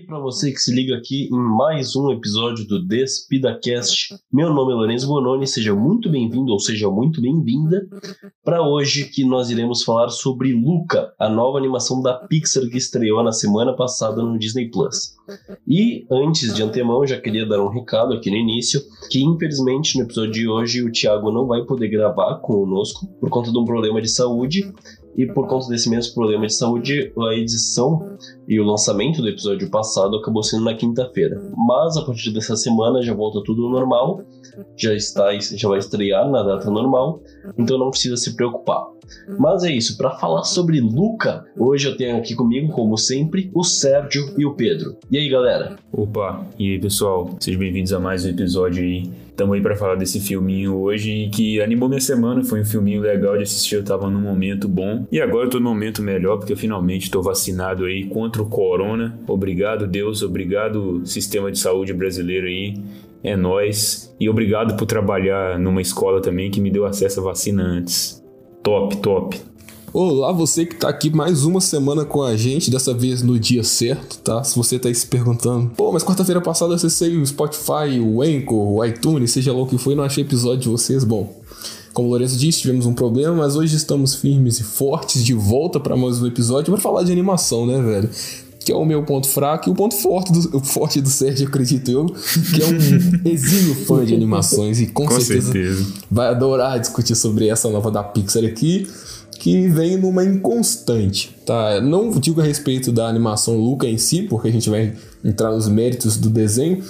para você que se liga aqui em mais um episódio do DespidaCast. Meu nome é Lorenzo Bononi, seja muito bem-vindo ou seja muito bem-vinda para hoje que nós iremos falar sobre Luca, a nova animação da Pixar que estreou na semana passada no Disney+. E antes de antemão, já queria dar um recado aqui no início, que infelizmente no episódio de hoje o Thiago não vai poder gravar conosco por conta de um problema de saúde. E por conta desse mesmo problema de saúde, a edição e o lançamento do episódio passado acabou sendo na quinta-feira. Mas a partir dessa semana já volta tudo ao normal, já vai estrear na data normal, então não precisa se preocupar. Mas é isso, para falar sobre Luca, hoje eu tenho aqui comigo, como sempre, o Sérgio e o Pedro. E aí, galera? Opa, e aí, pessoal? Sejam bem-vindos a mais um episódio aí. Estamos aí para falar desse filminho hoje que animou minha semana, foi um filminho legal de assistir, eu tava num momento bom. E agora eu tô num momento melhor, porque eu finalmente tô vacinado aí contra o corona. Obrigado, Deus, obrigado, sistema de saúde brasileiro aí. É nóis. E obrigado por trabalhar numa escola também que me deu acesso à vacina antes. Top. Olá, você que tá aqui mais uma semana com a gente, dessa vez no dia certo, tá? Se você tá aí se perguntando, mas quarta-feira passada eu acessei o Spotify, o Anchor, o iTunes, seja lá o que foi, não achei episódio de vocês. Bom, como o Lourenço disse, tivemos um problema, mas hoje estamos firmes e fortes de volta para mais um episódio para falar de animação, né, velho? Que é o meu ponto fraco e o ponto forte do Sérgio, acredito eu, que é um exímio fã de animações e com certeza vai adorar discutir sobre essa nova da Pixar aqui, que vem numa inconstante, tá? Não digo a respeito da animação Luca em si, porque a gente vai entrar nos méritos do desenho,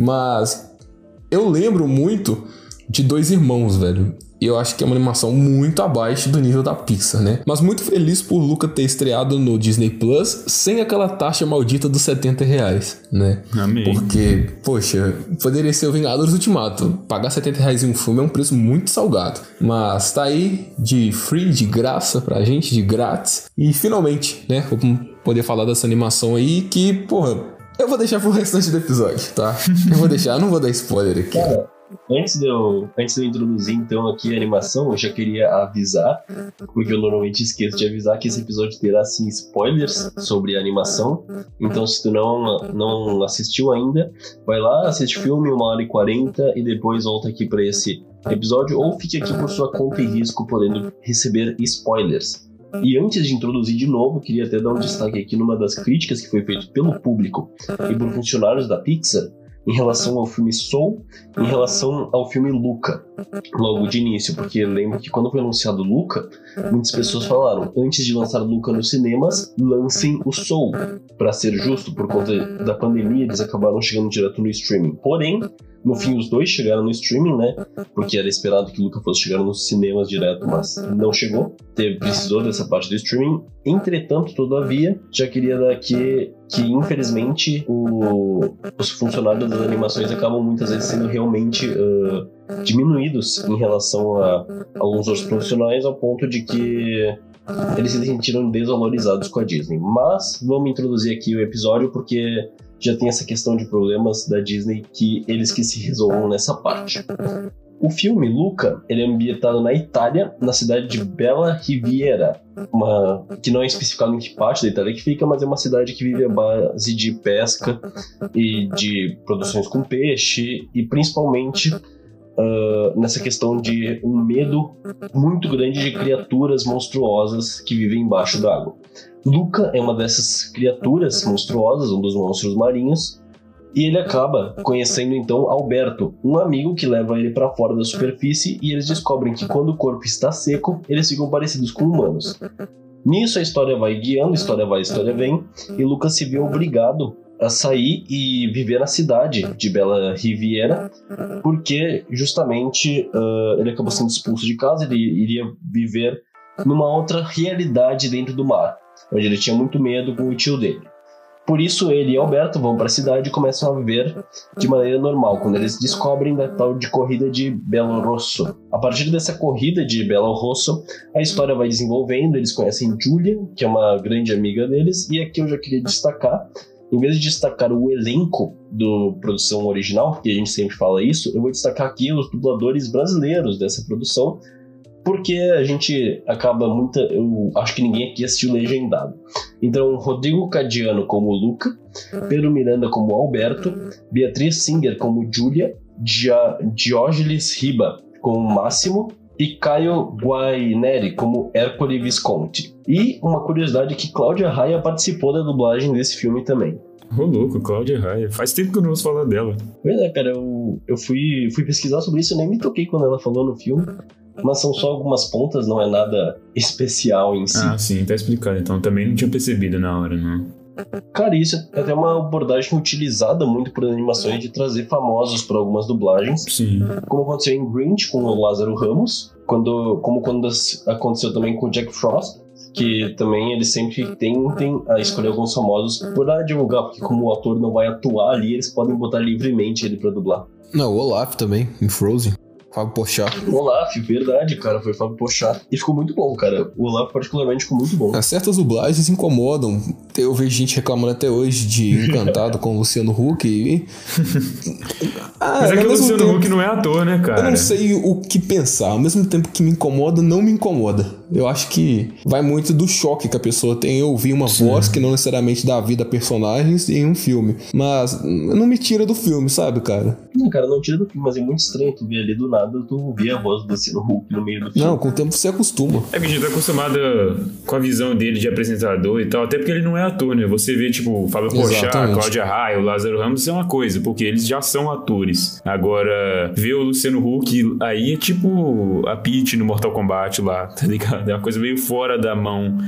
mas eu lembro muito de Dois Irmãos, velho. E eu acho que é uma animação muito abaixo do nível da Pixar, né? Mas muito feliz por Luca ter estreado no Disney Plus sem aquela taxa maldita dos R$70, né? Amém. Porque, poxa, poderia ser o Vingadores Ultimato. Pagar R$70 em um filme é um preço muito salgado. Mas tá aí de free, de graça pra gente, de grátis. E finalmente, né? Vamos poder falar dessa animação aí que, porra, eu vou deixar pro restante do episódio, tá? Eu não vou dar spoiler aqui. Antes de eu introduzir então aqui a animação, eu já queria avisar, porque eu normalmente esqueço de avisar, que esse episódio terá sim spoilers sobre a animação. Então se tu não assistiu ainda, vai lá, assiste o filme 1h40 e depois volta aqui para esse episódio, ou fique aqui por sua conta e risco, podendo receber spoilers. E antes de introduzir de novo, queria até dar um destaque aqui numa das críticas que foi feita pelo público e por funcionários da Pixar em relação ao filme Soul, em relação ao filme Luca, logo de início, porque lembro que quando foi anunciado Luca, muitas pessoas falaram, antes de lançar Luca nos cinemas, lancem o Soul. Para ser justo, por conta da pandemia, eles acabaram chegando direto no streaming. Porém, no fim, os dois chegaram no streaming, né? Porque era esperado que Luca fosse chegar nos cinemas direto, mas não chegou. Precisou dessa parte do streaming. Entretanto, todavia, já queria dar aqui que, infelizmente, os funcionários das animações acabam muitas vezes sendo realmente diminuídos em relação a alguns outros profissionais, ao ponto de que eles se sentiram desvalorizados com a Disney. Mas vamos introduzir aqui o episódio, porque já tem essa questão de problemas da Disney que eles que se resolvam nessa parte. O filme Luca, ele é ambientado na Itália, na cidade de Bella Riviera, que não é especificado em que parte da Itália que fica, mas é uma cidade que vive à base de pesca e de produções com peixe, e principalmente nessa questão de um medo muito grande de criaturas monstruosas que vivem embaixo d'água. Luca é uma dessas criaturas monstruosas, um dos monstros marinhos, e ele acaba conhecendo então Alberto, um amigo que leva ele para fora da superfície, e eles descobrem que quando o corpo está seco, eles ficam parecidos com humanos. Nisso a história vai guiando, história vai, história vem, e Luca se vê obrigado a sair e viver na cidade de Bella Riviera, porque justamente ele acabou sendo expulso de casa, ele iria viver numa outra realidade dentro do mar, onde ele tinha muito medo com o tio dele. Por isso ele e Alberto vão para a cidade e começam a viver de maneira normal, quando eles descobrem da tal de corrida de Belo Rosso. A partir dessa corrida de Belo Rosso, a história vai desenvolvendo, eles conhecem Julia, que é uma grande amiga deles, e aqui eu já queria destacar, em vez de destacar o elenco da produção original, que a gente sempre fala isso, eu vou destacar aqui os dubladores brasileiros dessa produção, porque a gente acaba muito... Eu acho que ninguém aqui assistiu legendado. Então, Rodrigo Cadiano como Luca, Pedro Miranda como Alberto, Beatriz Singer como Júlia, Diógenes Riba como Máximo e Caio Guaineri como Ercole Visconti. E uma curiosidade é que Cláudia Raia participou da dublagem desse filme também. Ô, louco, Cláudia Raia. Faz tempo que eu não ouço falar dela. Pois é, cara, eu fui pesquisar sobre isso, eu nem me toquei quando ela falou no filme. Mas são só algumas pontas, não é nada especial em si. Ah, sim, tá explicado. Então também não tinha percebido na hora, não. Cara, isso é até uma abordagem utilizada muito por animações de trazer famosos para algumas dublagens. Sim. Como aconteceu em Grinch com o Lázaro Ramos, quando aconteceu também com o Jack Frost, que também eles sempre tentem a escolher alguns famosos para divulgar, porque como o ator não vai atuar ali, eles podem botar livremente ele para dublar. Não, o Olaf também, em Frozen. Fábio Porchat. O Olaf, verdade, cara, foi Fábio Porchat. E ficou muito bom, cara. O Olaf particularmente ficou muito bom. Certas dublagens incomodam. Eu vejo gente reclamando até hoje de Encantado com o Luciano Huck e... Mas é que o Luciano Huck não é ator, né, cara? Eu não sei o que pensar. Ao mesmo tempo que me incomoda, não me incomoda. Eu acho que vai muito do choque que a pessoa tem em ouvir uma voz que não necessariamente dá vida a personagens em um filme. Mas não me tira do filme, sabe, cara? Não, cara, não tira do filme, mas é muito estranho tu ver ali do nada, tu ouvir a voz do Luciano Huck no meio do filme. Não, com o tempo você acostuma. É que a gente tá acostumado com a visão dele de apresentador e tal, até porque ele não é ator, né? Você vê, tipo, o Fábio Porchat, Cláudia Raia, o Lázaro Ramos é uma coisa, porque eles já são atores. Agora, ver o Luciano Huck aí é tipo a Peach no Mortal Kombat lá, tá ligado? É uma coisa meio fora da mão,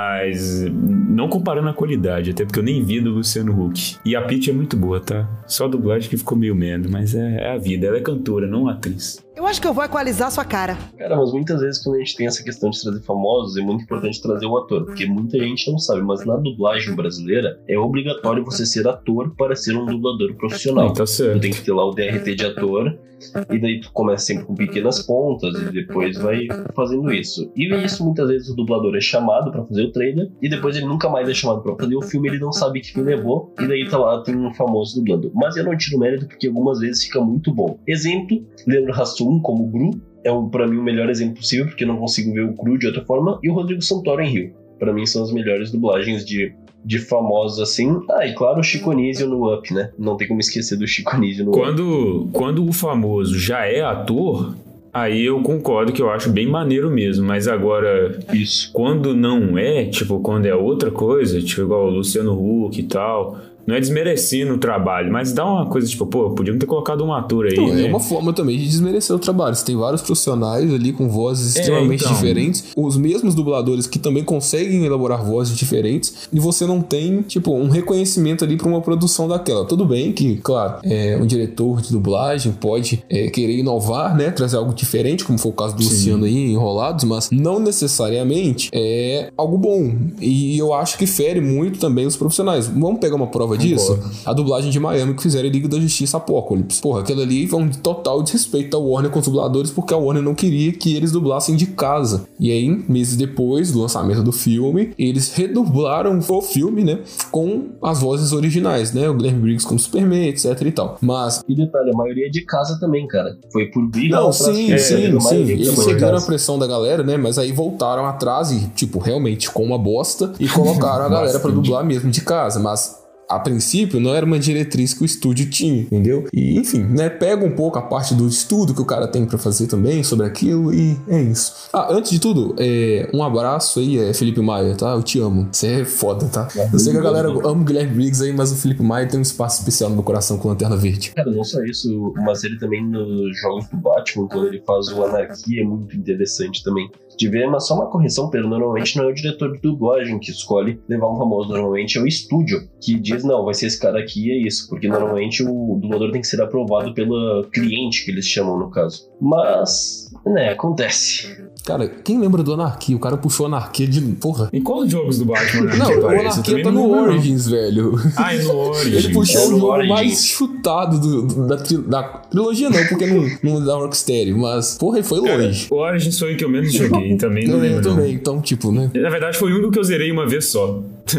mas não comparando a qualidade, até porque eu nem vi do Luciano Huck. E a Peach é muito boa, tá? Só a dublagem que ficou meio merda, mas é a vida. Ela é cantora, não atriz. Eu acho que eu vou equalizar sua cara. Cara, mas muitas vezes quando a gente tem essa questão de trazer famosos, é muito importante trazer o ator, porque muita gente não sabe, mas na dublagem brasileira é obrigatório você ser ator para ser um dublador profissional. Tá certo. Tu tem que ter lá o DRT de ator, e daí tu começa sempre com pequenas pontas e depois vai fazendo isso. E isso muitas vezes o dublador é chamado pra fazer o trailer e depois ele nunca mais é chamado pra fazer o filme, ele não sabe que filme levou e daí tá lá, tem um famoso dublando. Mas eu não tiro mérito porque algumas vezes fica muito bom. Exemplo, Leandro Hassum como Gru é pra mim o melhor exemplo possível, porque eu não consigo ver o Gru de outra forma, e o Rodrigo Santoro em Rio. Pra mim são as melhores dublagens de famosos assim. Ah, e claro, o Chico Anísio no Up, né? Não tem como esquecer do Chico Anísio no Up. Quando o famoso já é ator, aí eu concordo que eu acho bem maneiro mesmo. Mas agora, isso. Quando não é, tipo, quando é outra coisa, tipo igual o Luciano Huck e tal... Não é desmerecendo o trabalho, mas dá uma coisa tipo, pô, podiam ter colocado um ator aí, né? É uma forma também de desmerecer o trabalho. Você tem vários profissionais ali com vozes extremamente diferentes, os mesmos dubladores que também conseguem elaborar vozes diferentes, e você não tem, tipo, um reconhecimento ali pra uma produção daquela. Tudo bem que, claro, um diretor de dublagem pode querer inovar, né? Trazer algo diferente, como foi o caso do Luciano aí, Enrolados, mas não necessariamente é algo bom. E eu acho que fere muito também os profissionais. Vamos pegar uma prova disso? A dublagem de Miami que fizeram em Liga da Justiça Apocalipse. Porra, aquilo ali foi um total desrespeito da Warner com os dubladores, porque a Warner não queria que eles dublassem de casa. E aí, meses depois do lançamento do filme, eles redublaram o filme, né, com as vozes originais, né, o Guilherme Briggs como Superman, etc e tal. Mas... E detalhe, a maioria é de casa também, cara. Foi por briga. Não, sim. Eles seguiram a pressão da galera, né, mas aí voltaram atrás e, tipo, realmente com uma bosta e colocaram a galera pra dublar mesmo de casa, mas... A princípio, não era uma diretriz que o estúdio tinha, entendeu? E, enfim, né, pega um pouco a parte do estudo que o cara tem pra fazer também sobre aquilo e é isso. Ah, antes de tudo, um abraço aí, Felipe Maia, tá? Eu te amo. Você é foda, tá? Eu sei que a galera ama o Guilherme Briggs aí, mas o Felipe Maia tem um espaço especial no meu coração com Lanterna Verde. Cara, não só isso, mas ele também nos jogos do Batman, quando ele faz o Anarquia, é muito interessante também. De ver, mas só uma correção, Pedro, normalmente não é o diretor de dublagem que escolhe levar um famoso, normalmente é o estúdio que diz, não, vai ser esse cara aqui e é isso, porque normalmente o dublador tem que ser aprovado pelo cliente, que eles chamam no caso. Mas, né, acontece. Cara, quem lembra do Anarquia? O cara puxou Anarquia de... Porra. Em qual dos jogos do Batman? Não, o Anarquia tá no Origins, velho. Ah, é no Origins. Ele puxou o jogo mais chutado da trilogia, não, porque não é da Rocksteady, mas, porra, ele foi longe. O Origins foi o que eu menos joguei, também não lembro. Eu também, então, tipo, né? Na verdade, foi o único que eu zerei uma vez só.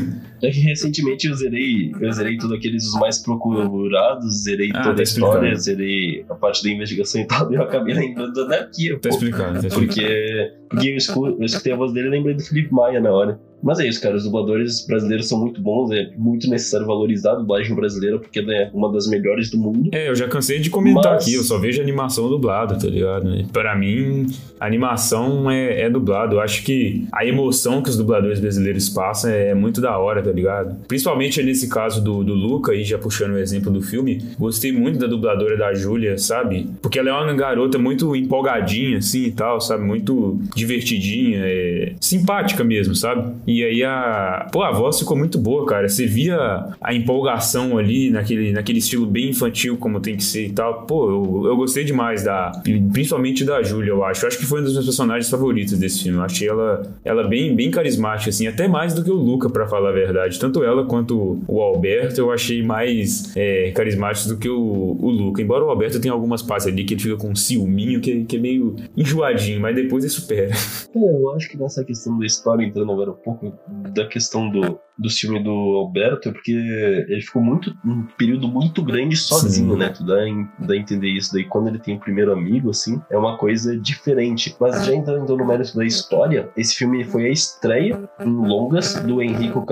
É que recentemente eu zerei todos aqueles os mais procurados, zerei toda a história, zerei a parte da investigação e tal, e eu acabei lembrando da Anarquia. Tá explicado. Porque Porque eu escutei a voz dele e lembrei do Felipe Maia na hora. Mas é isso, cara, os dubladores brasileiros são muito bons, é muito necessário valorizar a dublagem brasileira, porque ela é uma das melhores do mundo. Eu já cansei de comentar aqui, eu só vejo animação dublada, tá ligado? Pra mim, a animação é dublado. Eu acho que a emoção que os dubladores brasileiros passam é muito da hora, tá ligado? Principalmente nesse caso do Luca, aí já puxando o exemplo do filme, gostei muito da dubladora da Júlia, sabe? Porque ela é uma garota muito empolgadinha, assim, e tal, sabe? Muito divertidinha, simpática mesmo, sabe? E aí a voz ficou muito boa, cara. Você via a empolgação ali naquele estilo bem infantil como tem que ser e tal. Eu gostei demais principalmente da Júlia, eu acho. Eu acho que foi um dos meus personagens favoritos desse filme. Eu achei ela bem, bem carismática, assim, até mais do que o Luca, pra falar a verdade. Tanto ela quanto o Alberto eu achei mais carismáticos do que o Luca. Embora o Alberto tenha algumas partes ali que ele fica com um ciúminho que é meio enjoadinho, mas depois ele supera. Eu acho que nessa questão da história, entrando agora um pouco da questão do filme do Alberto, é porque ele ficou um período muito grande sozinho, Sim. né? Tu dá a entender isso. Daí quando ele tem o primeiro amigo, assim, é uma coisa diferente. Mas já entrando no mérito da história, esse filme foi a estreia em longas do Enrico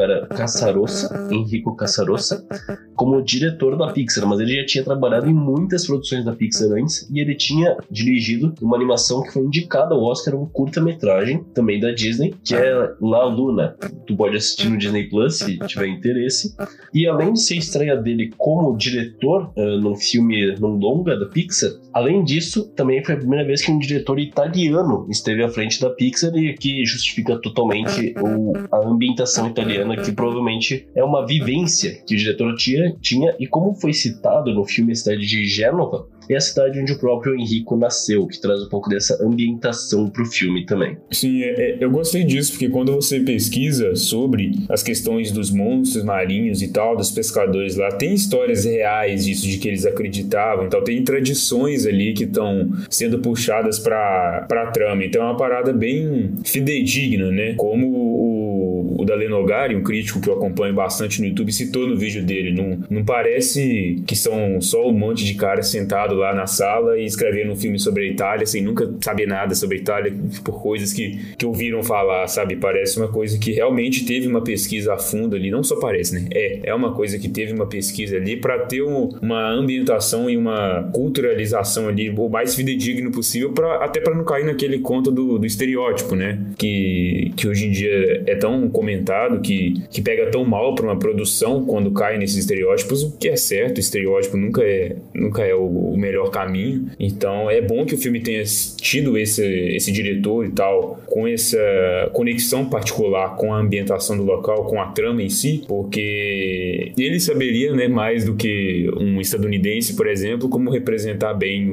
Casarossa como diretor da Pixar, mas ele já tinha trabalhado em muitas produções da Pixar antes, e ele tinha dirigido uma animação que foi indicada ao Oscar, um curta-metragem, também da Disney, que é La Luna. Tu pode assistir no Disney Plus, se tiver interesse. E além de ser a estreia dele como diretor num longa da Pixar, além disso, também foi a primeira vez que um diretor italiano esteve à frente da Pixar, e que justifica totalmente a ambientação italiana, que provavelmente é uma vivência que o diretor tinha, e como foi citado no filme A Cidade de Gênova, é a cidade onde o próprio Enrico nasceu, que traz um pouco dessa ambientação pro filme também. Sim, eu gostei disso, porque quando você pesquisa sobre as questões dos monstros marinhos e tal, dos pescadores lá, tem histórias reais disso, de que eles acreditavam, então tem tradições ali que estão sendo puxadas pra trama, então é uma parada bem fidedigna, né? Como o Dalle Nogari, um crítico que eu acompanho bastante no YouTube, citou no vídeo dele, não parece que são só um monte de caras sentados lá na sala e escrevendo um filme sobre a Itália sem nunca saber nada sobre a Itália por coisas que ouviram falar, sabe? Parece uma coisa que realmente teve uma pesquisa a fundo ali, não só parece, né? É uma coisa que teve uma pesquisa ali para ter uma ambientação e uma culturalização ali o mais fidedigno possível, até para não cair naquele conto do estereótipo, né? Que hoje em dia é tão comentado, que pega tão mal para uma produção quando cai nesses estereótipos, o que é certo, o estereótipo nunca é o melhor caminho. Então é bom que o filme tenha tido esse diretor e tal, com essa conexão particular com a ambientação do local, com a trama em si, porque ele saberia, né, mais do que um estadunidense, por exemplo, como representar bem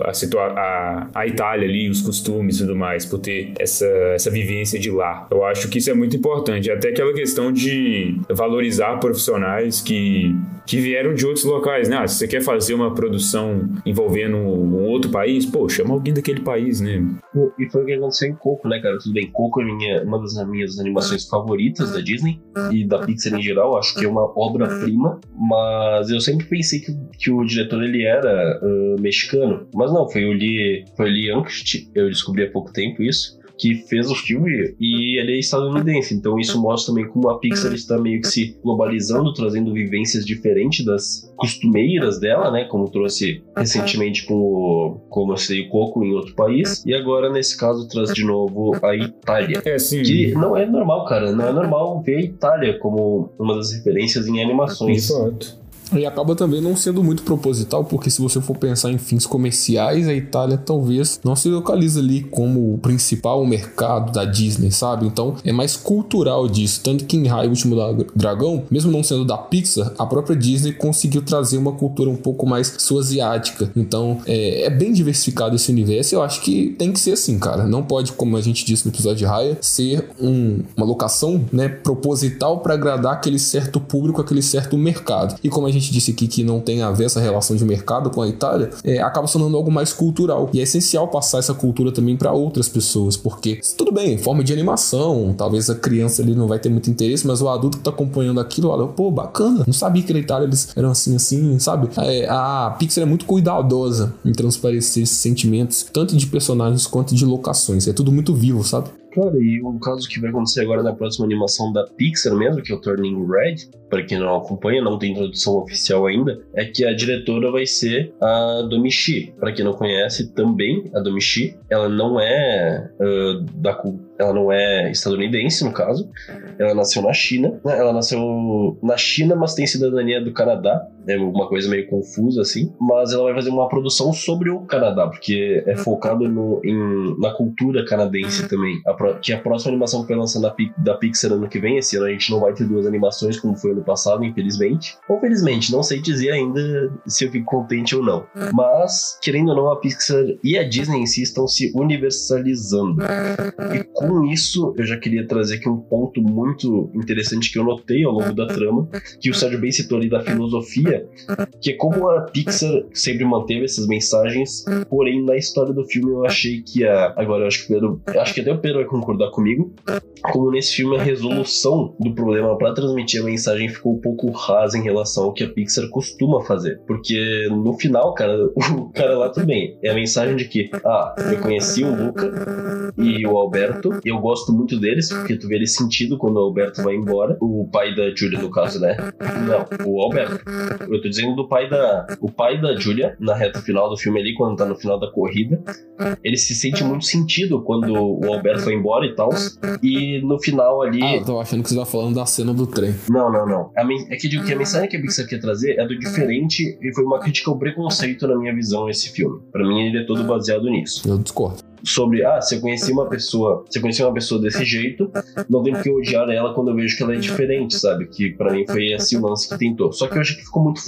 a Itália ali, os costumes e tudo mais, por ter essa vivência de lá. Eu acho que isso é muito importante, até aquela questão de valorizar profissionais que vieram de outros locais, né? Se você quer fazer uma produção envolvendo um outro país, chama alguém daquele país, né? E foi o que aconteceu em Coco, né, cara? Tudo bem, Coco é uma das minhas animações favoritas da Disney e da Pixar em geral, acho que é uma obra-prima, mas eu sempre pensei que o diretor ele era mexicano, mas não, foi o Lee Unkrich, eu descobri há pouco tempo isso, que fez o filme, e ele é estadunidense, então isso mostra também como a Pixar está meio que se globalizando, trazendo vivências diferentes das costumeiras dela, né, como trouxe recentemente como eu sei, o Coco em outro país, e agora nesse caso traz de novo a Itália, sim. Que não é normal, cara, não é normal ver a Itália como uma das referências em animações. Exato. E acaba também não sendo muito proposital, porque se você for pensar em fins comerciais, a Itália talvez não se localiza ali como o principal mercado da Disney, sabe? Então é mais cultural disso. Tanto que em Raya, o Último Dragão, mesmo não sendo da Pixar, a própria Disney conseguiu trazer uma cultura um pouco mais sul-asiática. Então é bem diversificado esse universo. Eu acho que tem que ser assim, cara. Não pode, como a gente disse no episódio de Raya, ser uma locação, né, proposital para agradar aquele certo público, aquele certo mercado. E como a gente gente disse aqui que não tem a ver essa relação de mercado com a Itália, acaba se tornando algo mais cultural. E é essencial passar essa cultura também para outras pessoas, porque tudo bem, forma de animação, talvez a criança ali não vai ter muito interesse, mas o adulto que tá acompanhando aquilo, olha, pô, bacana, não sabia que na Itália eles eram assim, sabe? A Pixar é muito cuidadosa em transparecer esses sentimentos, tanto de personagens quanto de locações. É tudo muito vivo, sabe? Cara, e o caso que vai acontecer agora na próxima animação da Pixar mesmo, que é o Turning Red, para quem não acompanha, não tem introdução oficial ainda, é que a diretora vai ser a Domichi. Para quem não conhece, também a Domichi, ela não é ela não é estadunidense, no caso. Ela nasceu na China. Ela nasceu na China, mas tem cidadania do Canadá. É uma coisa meio confusa, assim. Mas ela vai fazer uma produção sobre o Canadá, porque é focado na cultura canadense também. Que a próxima animação que vai lançar da Pixar ano que vem, esse ano a gente não vai ter 2 animações como foi ano passado, infelizmente. Ou felizmente, não sei dizer ainda se eu fico contente ou não. Mas, querendo ou não, a Pixar e a Disney em si estão se universalizando. E com isso, eu já queria trazer aqui um ponto muito interessante que eu notei ao longo da trama, que o Sérgio bem citou ali da filosofia, que é como a Pixar sempre manteve essas mensagens, porém na história do filme eu achei que agora eu acho que até o Pedro vai concordar comigo, como nesse filme a resolução do problema para transmitir a mensagem ficou um pouco rasa em relação ao que a Pixar costuma fazer, porque no final, cara, o cara lá tudo bem, é a mensagem de que eu conheci o Luca e o Alberto, e eu gosto muito deles, porque tu vê ele sentido quando o Alberto vai embora, o pai da Julia no caso, né? Não, o Alberto. Eu tô dizendo o pai da Julia, na reta final do filme ali, quando tá no final da corrida, ele se sente muito sentido quando o Alberto foi embora e tal, e no final ali... eu tô achando que você tá falando da cena do trem. Não. É que eu digo que a mensagem que a Pixar quer trazer é do diferente, e foi uma crítica ao preconceito na minha visão esse filme. Pra mim ele é todo baseado nisso. Eu discordo. Sobre, se eu conheci uma pessoa desse jeito, não tem porque odiar ela quando eu vejo que ela é diferente, sabe? Que pra mim foi esse o lance que tentou. Só que eu acho que ficou muito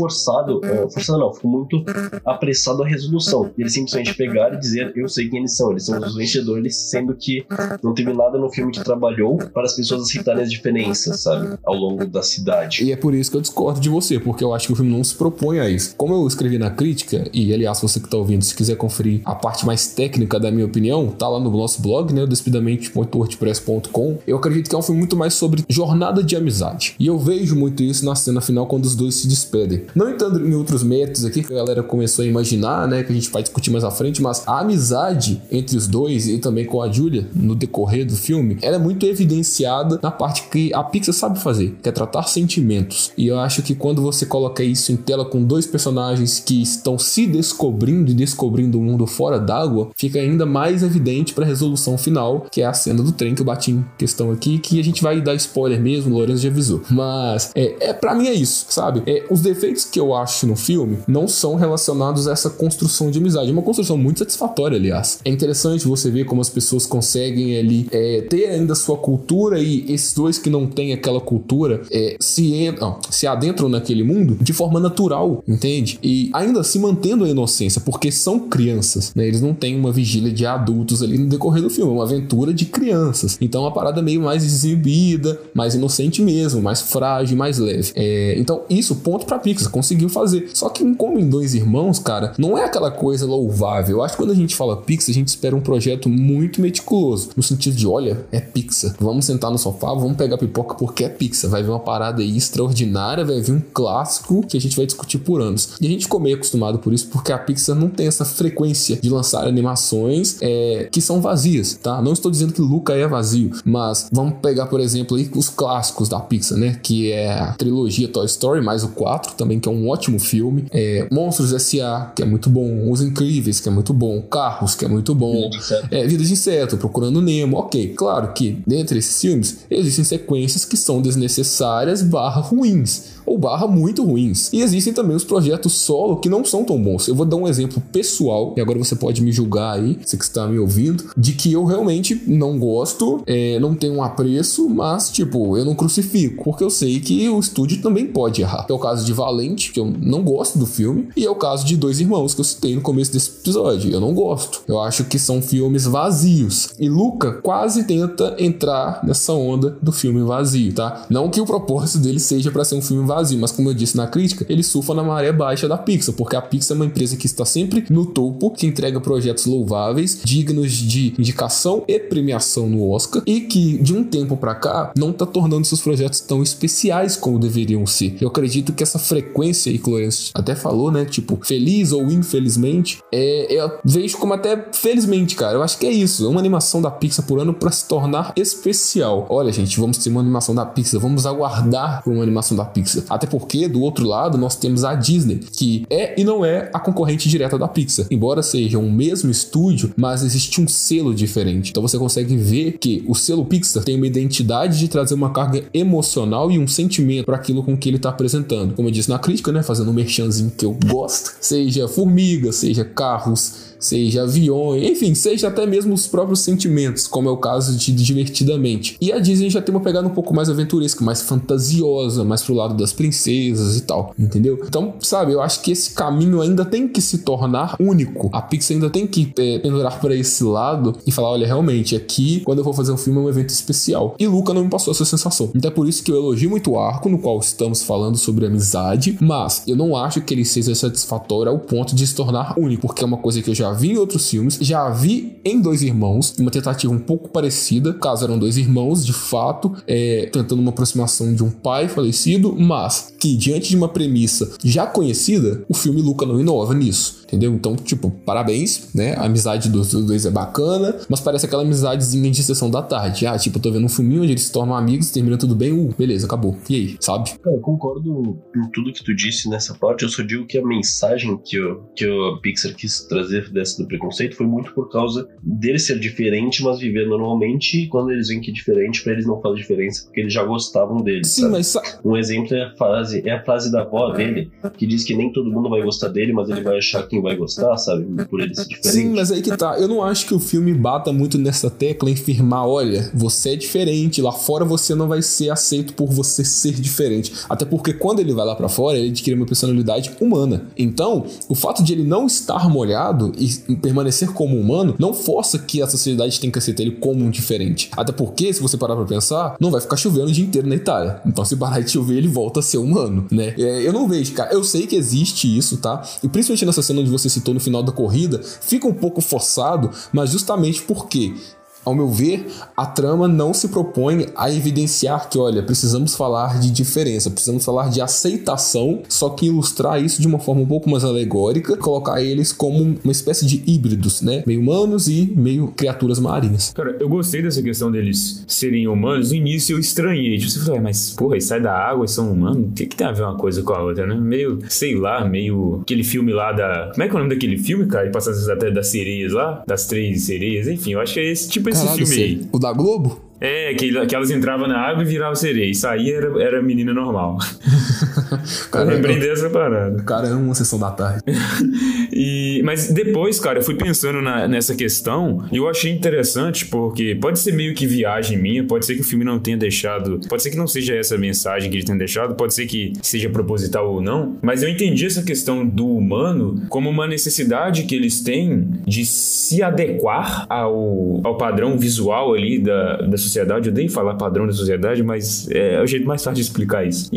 ficou muito apressado a resolução. Eles simplesmente pegaram e dizer, eu sei quem eles são os vencedores, sendo que não teve nada no filme que trabalhou para as pessoas aceitarem as diferenças, sabe? Ao longo da cidade. E é por isso que eu discordo de você, porque eu acho que o filme não se propõe a isso. Como eu escrevi na crítica, e aliás, você que tá ouvindo, se quiser conferir a parte mais técnica da minha opinião, tá lá no nosso blog, né, despidamente.wordpress.com. Eu acredito que é um filme muito mais sobre jornada de amizade. E eu vejo muito isso na cena final quando os dois se despedem. Não entrando em outros métodos aqui que a galera começou a imaginar, né, que a gente vai discutir mais à frente, mas a amizade entre os dois e também com a Julia no decorrer do filme, ela é muito evidenciada na parte que a Pixar sabe fazer, que é tratar sentimentos. E eu acho que quando você coloca isso em tela com 2 personagens que estão se descobrindo e descobrindo o mundo fora d'água, fica ainda mais evidente para a resolução final, que é a cena do trem que eu bati em questão aqui, que a gente vai dar spoiler mesmo, o Lourenço já avisou. Mas, pra mim é isso, sabe? Os defeitos que eu acho no filme não são relacionados a essa construção de amizade. É uma construção muito satisfatória, aliás. É interessante você ver como as pessoas conseguem ali ter ainda sua cultura, e esses dois que não têm aquela cultura se adentram naquele mundo de forma natural, entende? E ainda assim mantendo a inocência, porque são crianças, né? Eles não têm uma vigília de adultos ali no decorrer do filme, é uma aventura de crianças. Então é uma parada meio mais exibida, mais inocente mesmo, mais frágil, mais leve. Então isso, ponto pra Pixar, conseguiu fazer. Só que como em 2 irmãos, cara, não é aquela coisa louvável. Eu acho que quando a gente fala Pixar, a gente espera um projeto muito meticuloso, no sentido de, olha, é Pixar, vamos sentar no sofá, vamos pegar pipoca porque é Pixar, vai vir uma parada aí extraordinária, vai vir um clássico que a gente vai discutir por anos. E a gente ficou meio acostumado por isso, porque a Pixar não tem essa frequência de lançar animações que são vazias, tá? Não estou dizendo que Luca é vazio, mas vamos pegar, por exemplo, aí os clássicos da Pixar, né? Que é a trilogia Toy Story, mais o 4 também, que é um ótimo filme. Monstros S.A., que é muito bom. Os Incríveis, que é muito bom. Carros, que é muito bom. Vida de Inseto, Procurando Nemo. Ok, claro que dentre esses filmes existem sequências que são desnecessárias / ruins, ou / muito ruins. E existem também os projetos solo que não são tão bons. Eu vou dar um exemplo pessoal, e agora você pode me julgar aí, você que está me ouvindo, de que eu realmente não gosto, não tenho um apreço, mas, tipo, eu não crucifico, porque eu sei que o estúdio também pode errar. É o caso de Valente, que eu não gosto do filme, e é o caso de 2 Irmãos, que eu citei no começo desse episódio. Eu não gosto. Eu acho que são filmes vazios. E Luca quase tenta entrar nessa onda do filme vazio, tá? Não que o propósito dele seja para ser um filme vazio, vazio, mas como eu disse na crítica, ele surfa na maré baixa da Pixar, porque a Pixar é uma empresa que está sempre no topo, que entrega projetos louváveis, dignos de indicação e premiação no Oscar, e que de um tempo pra cá não tá tornando seus projetos tão especiais como deveriam ser. Eu acredito que essa frequência, e Clorencio até falou, né, tipo, feliz ou infelizmente, eu vejo como até felizmente, cara, eu acho que é isso, é uma animação da Pixar por ano pra se tornar especial. Olha, gente, vamos ter uma animação da Pixar, vamos aguardar por uma animação da Pixar, até porque do outro lado nós temos a Disney, que é e não é a concorrente direta da Pixar, embora seja um mesmo estúdio, mas existe um selo diferente. Então você consegue ver que o selo Pixar tem uma identidade de trazer uma carga emocional e um sentimento para aquilo com que ele tá apresentando. Como eu disse na crítica, né, fazendo um merchanzinho que eu gosto, seja formiga, seja carros, seja aviões, enfim, seja até mesmo os próprios sentimentos, como é o caso de Divertidamente. E a Disney já tem uma pegada um pouco mais aventuresca, mais fantasiosa, mais pro lado das princesas e tal, entendeu? Então, sabe, eu acho que esse caminho ainda tem que se tornar único. A Pixar ainda tem que pendurar para esse lado e falar, olha, realmente, aqui, quando eu vou fazer um filme, é um evento especial. E Luca não me passou essa sensação. Então é por isso que eu elogio muito o arco, no qual estamos falando sobre amizade, mas eu não acho que ele seja satisfatório ao ponto de se tornar único, porque é uma coisa que eu já vi em outros filmes, já vi em Dois Irmãos, uma tentativa um pouco parecida, caso eram dois irmãos, de fato, tentando uma aproximação de um pai falecido, mas que diante de uma premissa já conhecida, o filme Luca não inova nisso, entendeu? Então, tipo, parabéns, né? A amizade dos dois é bacana, mas parece aquela amizadezinha de sessão da tarde. Ah, tipo, eu tô vendo um filminho onde eles se tornam amigos, termina tudo bem, beleza, acabou. E aí, sabe? Eu concordo em tudo que tu disse nessa parte, eu só digo que a mensagem que a Pixar quis trazer dessa do preconceito foi muito por causa dele ser diferente, mas viver normalmente, e quando eles veem que é diferente, pra eles não faz diferença, porque eles já gostavam dele. Sim, sabe? mas... Um exemplo é a frase da avó dele, que diz que nem todo mundo vai gostar dele, mas ele vai achar quem vai gostar, sabe? Por ele ser diferente. Sim, mas aí que tá. Eu não acho que o filme bata muito nessa tecla em firmar, olha, você é diferente, lá fora você não vai ser aceito por você ser diferente. Até porque quando ele vai lá pra fora, ele adquire uma personalidade humana. Então, o fato de ele não estar molhado e permanecer como humano, não força que a sociedade tenha que aceitar ele como um diferente. Até porque, se você parar pra pensar, não vai ficar chovendo o dia inteiro na Itália. Então, se parar de chover, ele volta a ser humano, né? Eu não vejo, cara. Eu sei que existe isso, tá? E principalmente nessa cena onde você citou no final da corrida, fica um pouco forçado, mas justamente porque, ao meu ver, a trama não se propõe a evidenciar que, olha, precisamos falar de diferença, precisamos falar de aceitação, só que ilustrar isso de uma forma um pouco mais alegórica, colocar eles como uma espécie de híbridos, né? Meio humanos e meio criaturas marinhas. Cara, eu gostei dessa questão deles serem humanos. No início eu estranhei. Tipo, você falou, mas porra, eles saem da água e são humanos? O que tem a ver uma coisa com a outra, né? Meio, sei lá, meio... Aquele filme lá da... Como é que é o nome daquele filme, cara? E passando até das sereias lá? Das 3 sereias, enfim, eu acho que é esse tipo esse Caralho, filme aí. O da Globo? Que elas entravam na água e viravam sereia. E saía era menina normal. Cara, eu lembrei dessa parada. Cara, é uma sessão da tarde. Mas depois, cara, eu fui pensando nessa questão e eu achei interessante porque pode ser meio que viagem minha, pode ser que o filme não tenha deixado, pode ser que não seja essa mensagem que ele tenha deixado, pode ser que seja proposital ou não, mas eu entendi essa questão do humano como uma necessidade que eles têm de se adequar ao padrão visual ali da sociedade. Eu odeio falar padrão da sociedade, mas é o jeito mais fácil de explicar isso.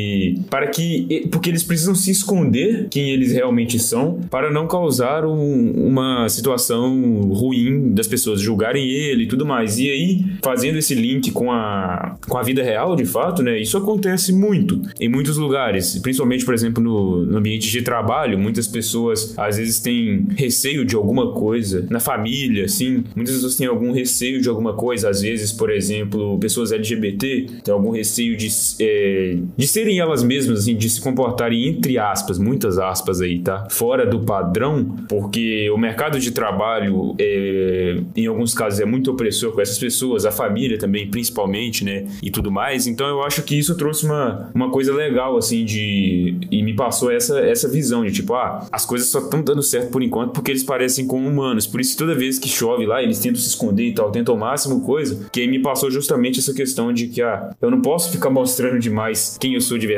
Porque eles precisam se esconder quem eles realmente são para não causar uma situação ruim das pessoas julgarem ele e tudo mais. E aí, fazendo esse link com a vida real, de fato, né? Isso acontece muito em muitos lugares, principalmente, por exemplo, no ambiente de trabalho. Muitas pessoas, às vezes, têm receio de alguma coisa. Na família, assim, muitas pessoas têm algum receio de alguma coisa. Às vezes, por exemplo, pessoas LGBT têm algum receio de serem elas mesmas, assim, de se comportarem, entre aspas, muitas aspas aí, tá? Fora do padrão, porque o mercado de trabalho, em alguns casos, é muito opressor com essas pessoas, a família também, principalmente, né? E tudo mais. Então, eu acho que isso trouxe uma coisa legal, assim, e me passou essa visão de, tipo, as coisas só estão dando certo por enquanto porque eles parecem com humanos. Por isso, toda vez que chove lá, eles tentam se esconder e tal, tentam o máximo coisa, que aí me passou justamente essa questão de que, eu não posso ficar mostrando demais quem eu sou de verdade,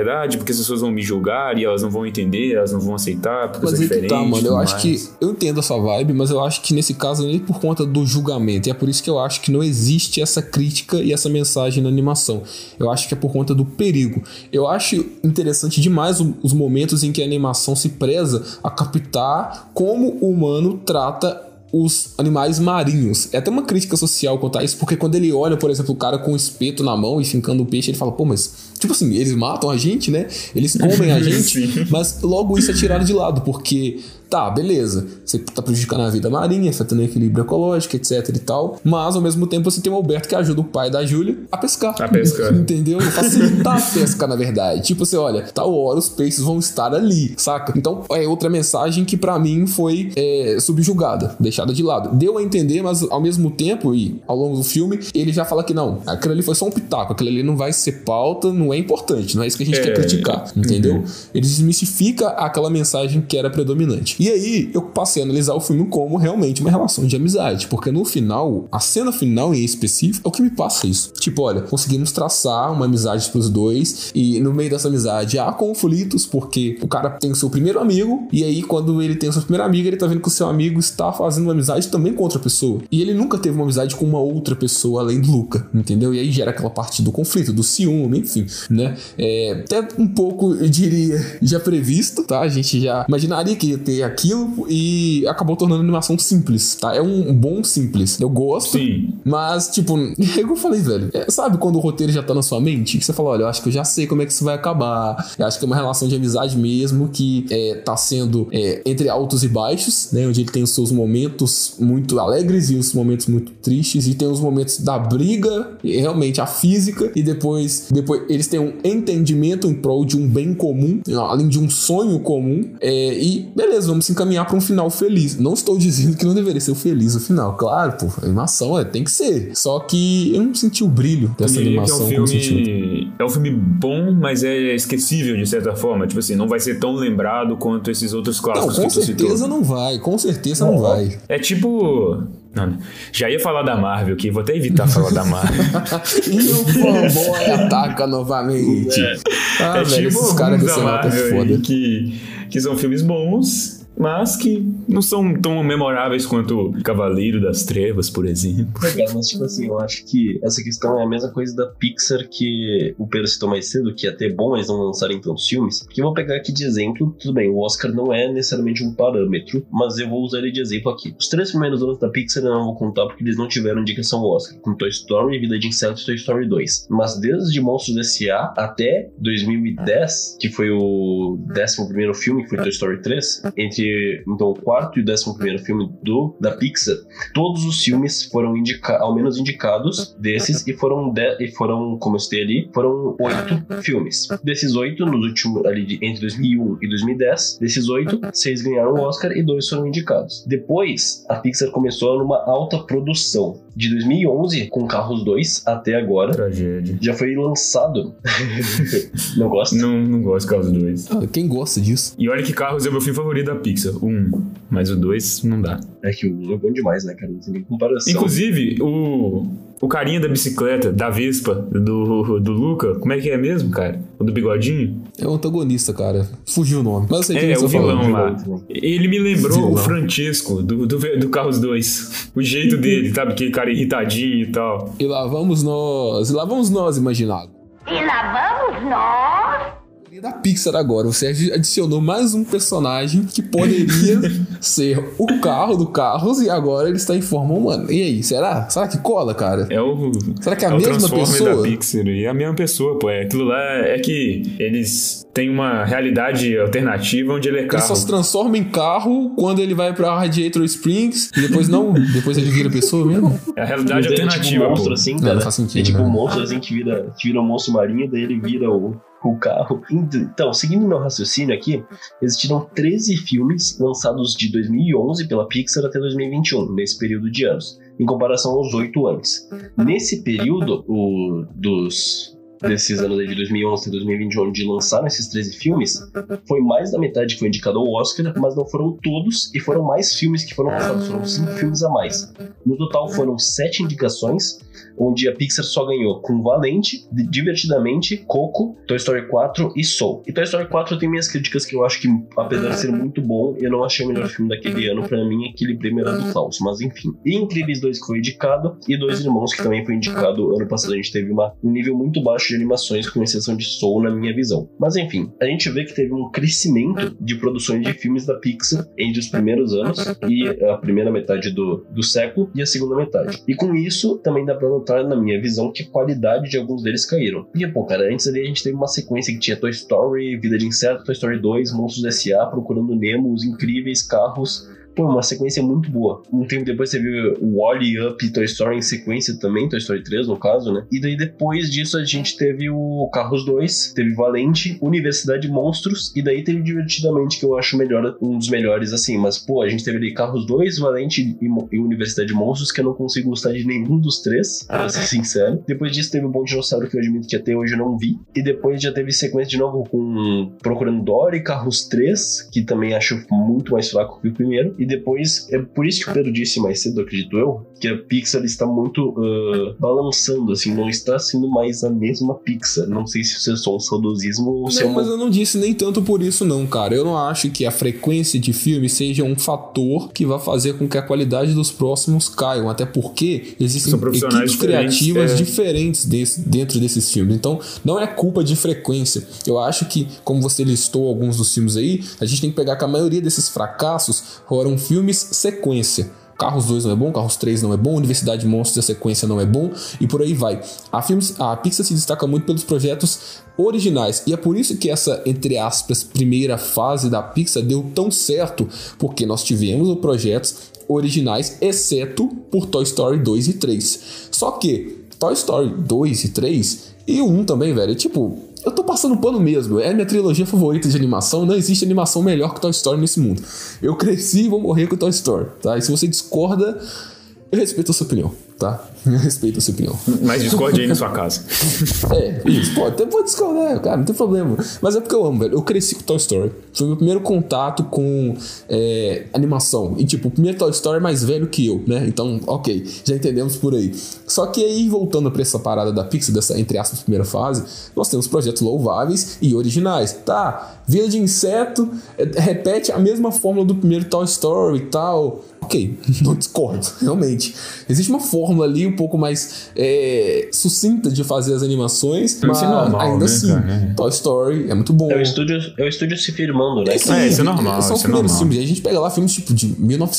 porque as pessoas vão me julgar e elas não vão entender, elas não vão aceitar, porque eu sou diferente. Tá, mano, eu acho que... Eu entendo essa vibe, mas eu acho que nesse caso nem por conta do julgamento. E é por isso que eu acho que não existe essa crítica e essa mensagem na animação. Eu acho que é por conta do perigo. Eu acho interessante demais os momentos em que a animação se preza a captar como o humano trata os animais marinhos. É até uma crítica social quanto a isso, porque quando ele olha, por exemplo, o cara com um espeto na mão e fincando o peixe, ele fala, pô, mas... Tipo assim, eles matam a gente, né? Eles comem a gente, mas logo isso é tirado de lado, porque... Tá, beleza, você tá prejudicando a vida marinha, afetando o equilíbrio ecológico, etc e tal, mas ao mesmo tempo você tem o Alberto que ajuda o pai da Júlia a pescar. Entendeu? Facilitar a pesca, na verdade. Tipo, você olha, tal hora os peixes vão estar ali, saca? Então é outra mensagem que pra mim foi subjugada, deixada de lado. Deu a entender, mas ao mesmo tempo, e ao longo do filme, ele já fala que não, aquilo ali foi só um pitaco, aquilo ali não vai ser pauta, não é importante, não é isso que a gente quer criticar, entendeu? Ele desmistifica aquela mensagem que era predominante. E aí, eu passei a analisar o filme como realmente uma relação de amizade, porque no final, a cena final em específico, é o que me passa isso. Tipo, olha, conseguimos traçar uma amizade pros dois, e no meio dessa amizade há conflitos, porque o cara tem o seu primeiro amigo, e aí quando ele tem o seu primeiro amigo, ele tá vendo que o seu amigo está fazendo uma amizade também com outra pessoa. E ele nunca teve uma amizade com uma outra pessoa além do Luca, entendeu? E aí gera aquela parte do conflito, do ciúme, enfim, né? Até um pouco, eu diria, já previsto, tá? A gente já imaginaria que ia ter aquilo e acabou tornando a animação simples, tá? É um bom simples. Eu gosto, sim, mas, tipo, é igual eu falei, velho. Sabe quando o roteiro já tá na sua mente? Que você fala, olha, eu acho que eu já sei como é que isso vai acabar. Eu acho que é uma relação de amizade mesmo que tá sendo entre altos e baixos, né? Onde ele tem os seus momentos muito alegres e os momentos muito tristes, e tem os momentos da briga, realmente a física, e depois eles têm um entendimento em prol de um bem comum, além de um sonho comum, e beleza, vamos se encaminhar para um final feliz. Não estou dizendo que não deveria ser feliz o final, claro, pô, a animação tem que ser, só que eu não senti o brilho dessa animação. É um filme bom, mas é esquecível de certa forma, tipo assim, não vai ser tão lembrado quanto esses outros clássicos. Não, com certeza não vai, com certeza não vai. É tipo... Não, já ia falar da Marvel aqui, vou até evitar falar da Marvel. E o fanboy ataca novamente. Velho, tipo esses caras desse nota é foda. Que são filmes bons, mas que não são tão memoráveis quanto Cavaleiro das Trevas, por exemplo. Legal, mas tipo assim, eu acho que essa questão é a mesma coisa da Pixar que o Pedro citou mais cedo, que é até bom eles não lançarem tantos filmes. Porque eu vou pegar aqui de exemplo, tudo bem, o Oscar não é necessariamente um parâmetro, mas eu vou usar ele de exemplo aqui. Os 3 primeiros anos da Pixar eu não vou contar porque eles não tiveram indicação ao Oscar, com Toy Story, Vida de Inseto e Toy Story 2. Mas desde Monstros S.A. até 2010, que foi o 11º filme, que foi Toy Story 3, entre então o 4º e o 11º filme da Pixar, todos os filmes foram ao menos indicados desses, e foram, como eu citei ali, foram 8 filmes. Desses 8, nos últimos, ali entre 2001 e 2010, desses 8, 6 ganharam o Oscar e 2 foram indicados. Depois, a Pixar começou numa alta produção. De 2011, com Carros 2 até agora. Tragédia. Já foi lançado. Não gosta? Não gosto de Carros 2. Quem gosta disso? E olha que Carros é o meu filme favorito da Pixar. Mas o 2 não dá. É que o 1 é bom demais, né, cara? Não tem nem comparação. Inclusive, o carinha da bicicleta, da Vespa, do Luca, como é que é mesmo, cara? O do bigodinho? É o antagonista, cara. Fugiu o nome. Mas eu sei o vilão lá. Ele me lembrou o Francesco, do Carros 2. O jeito dele, sabe? Aquele cara irritadinho e tal. E lá vamos nós, imaginado. E lá vamos nós. Da Pixar agora, você adicionou mais um personagem que poderia ser o carro do Carros e agora ele está em forma humana. E aí, será? Será que cola, cara? Será que é a mesma pessoa? Da Pixar, e a mesma pessoa, pô. Aquilo lá é que eles têm uma realidade alternativa onde ele é carro. Ele só se transforma em carro quando ele vai pra Radiator Springs e depois não, depois ele vira pessoa mesmo. É a realidade alternativa, tipo um monstro, assim, cara. Não faz sentido, é tipo um monstro assim que vira um monstro marinho, daí ele vira o carro. Então, seguindo meu raciocínio aqui, existiram 13 filmes lançados de 2011 pela Pixar até 2021, nesse período de anos, em comparação aos 8 antes. Nesse período, desses anos aí de 2011 e 2021, de lançaram esses 13 filmes, foi mais da metade que foi indicado ao Oscar, mas não foram todos, e foram mais filmes que foram lançados, foram 5 filmes a mais. No total foram 7 indicações, onde a Pixar só ganhou com Valente, Divertidamente, Coco, Toy Story 4 e Soul. E Toy Story 4 tem minhas críticas, que eu acho que, apesar de ser muito bom, eu não achei o melhor filme daquele ano. Pra mim, aquele primeiro era do Klaus, mas enfim. E Incríveis 2, que foi indicado, e Dois Irmãos, que também foi indicado. Ano passado a gente teve um nível muito baixo de animações, com exceção de Soul, na minha visão. Mas enfim, a gente vê que teve um crescimento de produções de filmes da Pixar entre os primeiros anos e a primeira metade do século e a segunda metade. E com isso, também dá pra notar, na minha visão, que a qualidade de alguns deles caíram. E, pô, cara, antes ali a gente teve uma sequência que tinha Toy Story, Vida de Inseto, Toy Story 2, Monstros S.A., Procurando Nemo, Os Incríveis, Carros... Pô, uma sequência muito boa. Um tempo depois você viu o Wall-E, Up e Toy Story em sequência também, Toy Story 3 no caso, né? E daí depois disso a gente teve o Carros 2, teve Valente, Universidade Monstros, e daí teve Divertidamente, que eu acho melhor, um dos melhores, assim. Mas, pô, a gente teve ali Carros 2, Valente e Universidade Monstros, que eu não consigo gostar de nenhum dos três, pra ser sincero. Depois disso teve o Bom Dinossauro, que eu admito que até hoje eu não vi. E depois já teve sequência de novo com Procurando Dory, Carros 3, que também acho muito mais fraco que o primeiro. E depois, é por isso que o Pedro disse mais cedo, acredito eu, que a Pixar está muito balançando, assim, não está sendo mais a mesma Pixar. Não sei se isso é só um saudosismo ou se é uma... Mas eu não disse nem tanto por isso não, cara. Eu não acho que a frequência de filme seja um fator que vai fazer com que a qualidade dos próximos caiam, até porque existem equipes criativas diferentes dentro desses filmes. Então, não é culpa de frequência. Eu acho que, como você listou alguns dos filmes aí, a gente tem que pegar que a maioria desses fracassos foram filmes sequência. Carros 2 não é bom, Carros 3 não é bom, Universidade de Monstros, a sequência não é bom, e por aí vai. A Pixar se destaca muito pelos projetos originais, e é por isso que essa, entre aspas, primeira fase da Pixar deu tão certo, porque nós tivemos projetos originais, exceto por Toy Story 2 e 3. Só que Toy Story 2 e 3, e o 1 também, velho, tipo... Eu tô passando pano mesmo, é a minha trilogia favorita de animação, não existe animação melhor que Toy Story nesse mundo. Eu cresci e vou morrer com Toy Story, tá? E se você discorda, eu respeito a sua opinião, tá? Eu respeito a sua opinião. Mas discorde aí na sua casa. Isso, pode discordar, cara, não tem problema. Mas é porque eu amo, velho. Eu cresci com Toy Story. Foi o meu primeiro contato com animação. E, tipo, o primeiro Toy Story é mais velho que eu, né? Então, ok, já entendemos por aí. Só que aí, voltando pra essa parada da Pixar, dessa, entre aspas, primeira fase, nós temos projetos louváveis e originais. Tá, Vida de Inseto repete a mesma fórmula do primeiro Toy Story e tal. Ok, não discordo, realmente. Existe uma fórmula ali um pouco mais sucinta de fazer as animações, mas normal, ainda né, assim, cara? Toy Story é muito bom. É o estúdio se firmando, né? Sim, isso é normal, são os isso é primeiros normal. filmes. E a gente pega lá filmes tipo de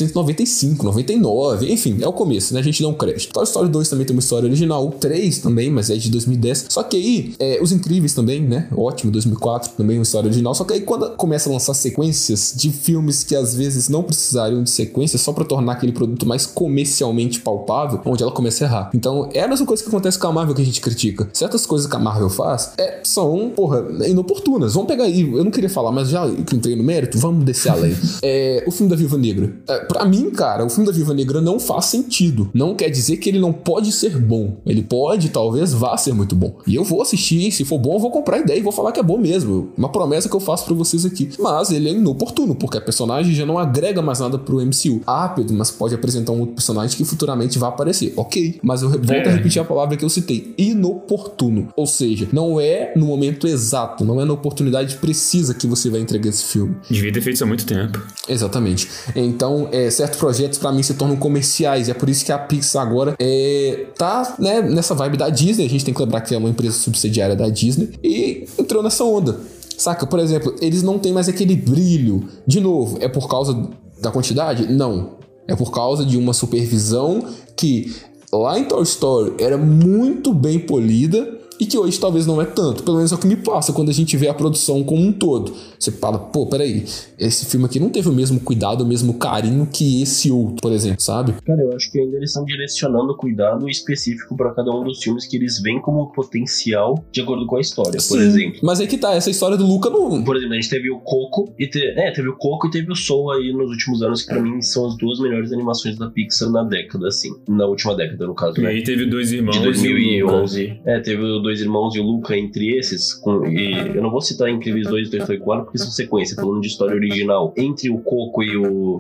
1995, 99, enfim, é o começo, né? A gente dá um crédito. Toy Story 2 também tem uma história original, o 3 também, mas é de 2010. Só que aí, Os Incríveis também, né? Ótimo, 2004, também uma história original. Só que aí quando começa a lançar sequências de filmes que às vezes não precisariam de sequência, só pra tornar aquele produto mais comercialmente palpável, onde ela começa a errar. Então, é a mesma coisa que acontece com a Marvel que a gente critica. Certas coisas que a Marvel faz são, inoportunas. Vamos pegar aí, eu não queria falar, mas já que entrei no mérito, vamos descer além. O filme da Viúva Negra. Pra mim, cara, o filme da Viúva Negra não faz sentido. Não quer dizer que ele não pode ser bom. Ele pode, talvez, vá ser muito bom. E eu vou assistir, se for bom, eu vou comprar a ideia e vou falar que é bom mesmo. Uma promessa que eu faço pra vocês aqui. Mas ele é inoportuno, porque a personagem já não agrega mais nada pro MCU. Pedro, mas pode apresentar um outro personagem que futuramente vai aparecer. Ok, mas eu volto a repetir a palavra que eu citei. Inoportuno. Ou seja, não é no momento exato, não é na oportunidade precisa que você vai entregar esse filme. Devia ter feito isso há muito tempo. Exatamente. Então, certos projetos pra mim se tornam comerciais, e é por isso que a Pixar agora tá, né, nessa vibe da Disney. A gente tem que lembrar que é uma empresa subsidiária da Disney e entrou nessa onda. Saca? Por exemplo, eles não têm mais aquele brilho. De novo, é por causa da quantidade? Não. É por causa de uma supervisão que lá em Toy Story era muito bem polida e que hoje talvez não é tanto. Pelo menos é o que me passa quando a gente vê a produção como um todo. Você fala, pô, peraí, esse filme aqui não teve o mesmo cuidado, o mesmo carinho que esse outro, por exemplo, sabe? Cara, eu acho que ainda eles estão direcionando cuidado específico pra cada um dos filmes que eles veem como potencial de acordo com a história, por exemplo. Mas aí que tá, essa história do Luca não... Por exemplo, a gente teve o Coco e teve o Coco e teve o Soul aí nos últimos anos, que pra mim são as duas melhores animações da Pixar na década, assim. Na última década, no caso, E né? aí teve Dois Irmãos. De 2011. Teve o Dois Irmãos e o Luca entre esses, e eu não vou citar Incríveis 2 e Toy Story 4 porque são sequência, falando de história original. Entre o Coco e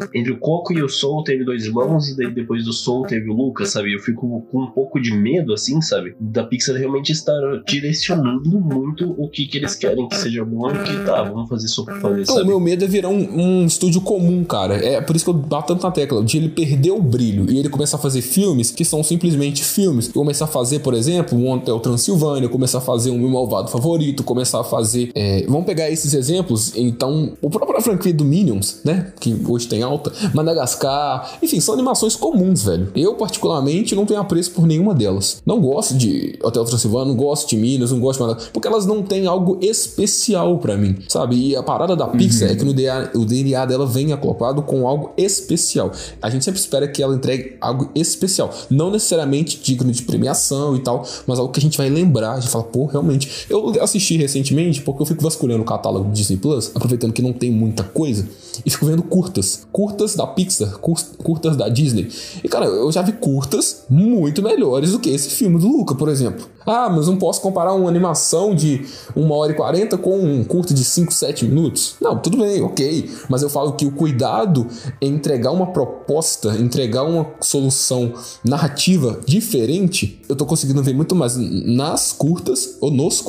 o Soul teve Dois Irmãos, e daí depois do Soul teve o Luca, sabe? Eu fico com um pouco de medo, assim, sabe? Da Pixar realmente estar direcionando muito o que eles querem que seja bom, e que vamos fazer só pra fazer, sabe? O meu medo é virar um estúdio comum, cara. É por isso que eu bato tanto na tecla, de ele perder o brilho e ele começar a fazer filmes que são simplesmente filmes. Começar a fazer, por exemplo, um Hotel Transilvânia, começar a fazer um Meu Malvado Favorito, começar a fazer... vamos pegar esses exemplos, então, a própria franquia do Minions, né, que hoje tem alta, Madagascar, enfim, são animações comuns, velho. Eu, particularmente, não tenho apreço por nenhuma delas. Não gosto de Hotel Transilvânia, não gosto de Minions, não gosto de Madagascar, porque elas não têm algo especial pra mim, sabe? E a parada da Pixar é que o DNA dela vem acoplado com algo especial. A gente sempre espera que ela entregue algo especial, não necessariamente digno de premiação e tal, mas algo que a gente vai lembrar, a gente fala, pô, realmente. Eu assisti recentemente, porque eu fico vasculhando o catálogo do Disney Plus, aproveitando que não tem muita coisa, e fico vendo curtas da Pixar, curtas da Disney. E, cara, eu já vi curtas muito melhores do que esse filme do Luca, por exemplo. Mas não posso comparar uma animação de 1h40 com um curto de 5, 7 minutos. Não, tudo bem, ok. Mas eu falo que o cuidado em entregar uma proposta, entregar uma solução narrativa diferente, eu tô conseguindo ver muito mais nos curtas,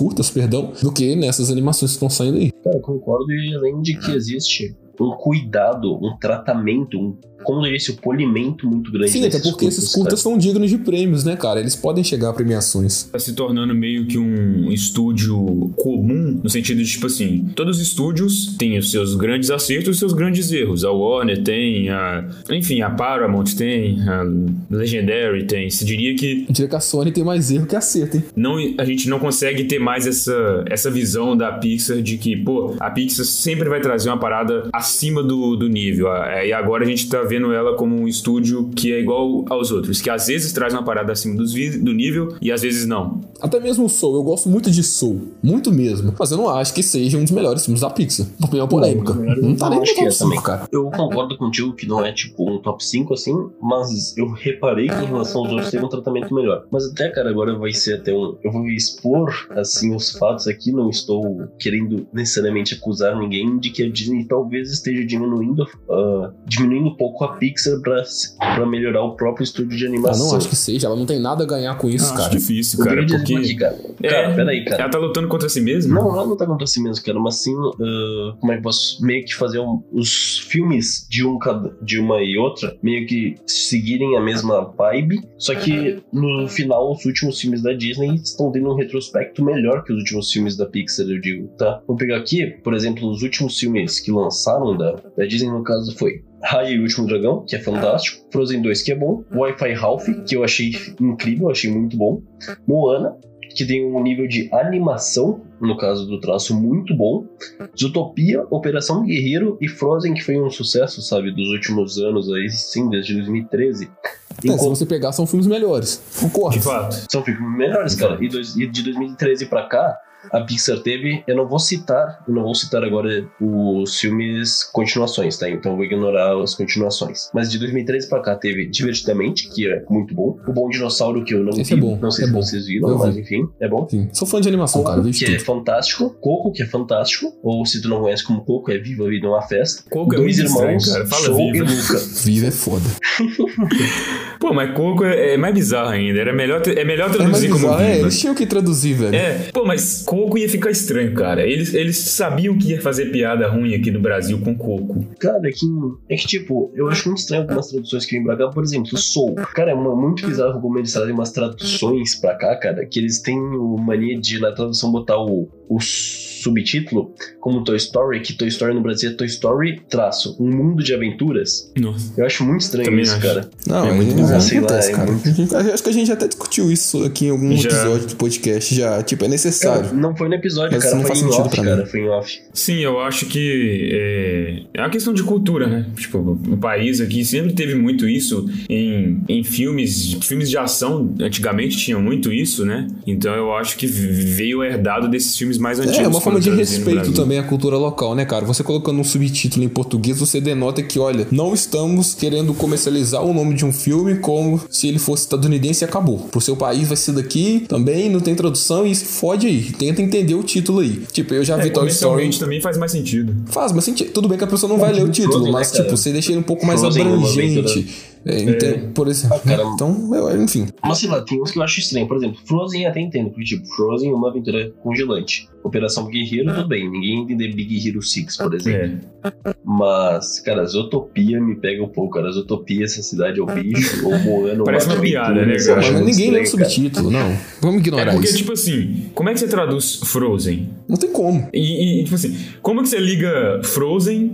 do que nessas animações que estão saindo aí. Cara, eu concordo, e além de que existe um cuidado, um tratamento, como eu disse, um polimento muito grande. Sim, até porque esses curtas são dignos de prêmios, né, cara? Eles podem chegar a premiações. Tá se tornando meio que um estúdio comum, no sentido de, tipo assim, todos os estúdios têm os seus grandes acertos e os seus grandes erros. A Warner tem, a Paramount tem, a Legendary tem. Se diria que... Eu diria que a Sony tem mais erro que acerto, hein? A gente não consegue ter mais essa visão da Pixar de que, pô, a Pixar sempre vai trazer uma parada acima do nível. E agora a gente tá vendo ela como um estúdio que é igual aos outros, que às vezes traz uma parada acima do nível e às vezes não. Até mesmo o Soul, eu gosto muito de Soul, muito mesmo, mas eu não acho que seja um dos melhores filmes da Pixar. Opinião polêmica. Não tá nem no top 5, cara. Eu concordo contigo que não é tipo um top 5 assim, mas eu reparei que em relação aos outros teve um tratamento melhor. Mas até, cara, agora vai ser até eu vou expor, assim, os fatos aqui, não estou querendo necessariamente acusar ninguém de que a Disney talvez esteja diminuindo um pouco a Pixar pra melhorar o próprio estúdio de animação. Eu não acho que seja, ela não tem nada a ganhar com isso, cara. Acho difícil, cara, porque... Aqui, cara, peraí, cara. Ela tá lutando contra si mesma? Não, ela não tá contra si mesma, cara, mas sim, como é que posso meio que fazer os filmes de uma e outra, meio que seguirem a mesma vibe, só que no final, os últimos filmes da Disney estão tendo um retrospecto melhor que os últimos filmes da Pixar, eu digo, tá? Vou pegar aqui, por exemplo, os últimos filmes que lançaram da Disney, no caso, foi Raya e o Último Dragão, que é fantástico, Frozen 2, que é bom, Wi-Fi Ralph, que eu achei incrível, achei muito bom, Moana, que tem um nível de animação, no caso do traço, muito bom, Zootopia, Operação Guerreiro e Frozen, que foi um sucesso, sabe, dos últimos anos aí, sim, desde 2013. Se você pegar, são filmes melhores. Concordo. De fato. São filmes melhores, cara. E de 2013 pra cá, a Pixar teve... Eu não vou citar agora os filmes continuações, tá? Então eu vou ignorar as continuações. Mas de 2013 pra cá teve Divertidamente, que é muito bom. O Bom Dinossauro, que eu não Esse vi. É bom. Não sei se vocês viram, mas enfim, é bom. Sim. Sou fã de animação, Coco, cara. Eu vi que tudo. é fantástico. Coco, que é fantástico. Ou se tu não conhece como Coco, é Viva a Vida é uma Festa. Coco é Dois muito Irmãos, estranho, cara. Fala Soul Viva. e Luca. Viva é foda. Pô, mas Coco é mais bizarro ainda. É melhor traduzir mais como bizarro, Viva. eles tinham que traduzir, velho. Pô, mas Coco ia ficar estranho, cara. Eles sabiam que ia fazer piada ruim aqui no Brasil com Coco. Cara, é que tipo, eu acho muito estranho algumas traduções que vêm pra cá. Por exemplo, Soul. Cara, é muito bizarro como eles trazem umas traduções pra cá, cara, que eles têm mania de na tradução botar o subtítulo como Toy Story, que Toy Story no Brasil é Toy Story, um mundo de aventuras. Nossa. Eu acho muito estranho Também isso, acho. cara. Não, É muito bizarro, sei lá, acontece, é cara. muito- Acho que a gente até discutiu isso aqui em algum Já. episódio do podcast. Já, tipo, é necessário. Não foi no episódio, Mas cara, não foi faz em sentido off, pra cara, mim. foi em off. Sim, eu acho que é uma questão de cultura, né? Tipo, o país aqui sempre teve muito isso em filmes de ação. Antigamente tinha muito isso, né? Então eu acho que veio herdado desses filmes filmes mais antigos. É uma forma de quando traduziram no respeito Brasil. também à cultura local, né, cara? Você colocando um subtítulo em português, você denota que, olha, não estamos querendo comercializar o nome de um filme como se ele fosse estadunidense e acabou. Pro seu país vai ser daqui também, não tem tradução e se fode aí. Tenta entender o título aí. Tipo, eu já vi Toy Story. Comercialmente também faz mais sentido. Faz, mas sentido. Tudo bem que a pessoa não vai ler o título, Frozen, mas, né, cara? tipo, você deixa ele um pouco mais Frozen, abrangente. Por exemplo. cara. Então, enfim. Mas sei lá, tem uns que eu acho estranho. Por exemplo, Frozen até entendo, porque tipo, Frozen é uma aventura congelante. Operação Big Hero, tudo bem. Ninguém entender Big Hero 6, por exemplo. Mas, cara, Zootopia me pega um pouco, cara. Zootopia, essa cidade é o bicho, ou Moana, Parece uma piada, né, cara? Mas ninguém lê o estranho, subtítulo, não. Vamos ignorar Porque, isso. tipo assim, como é que você traduz Frozen? Não tem como. E, tipo assim, como que você liga Frozen...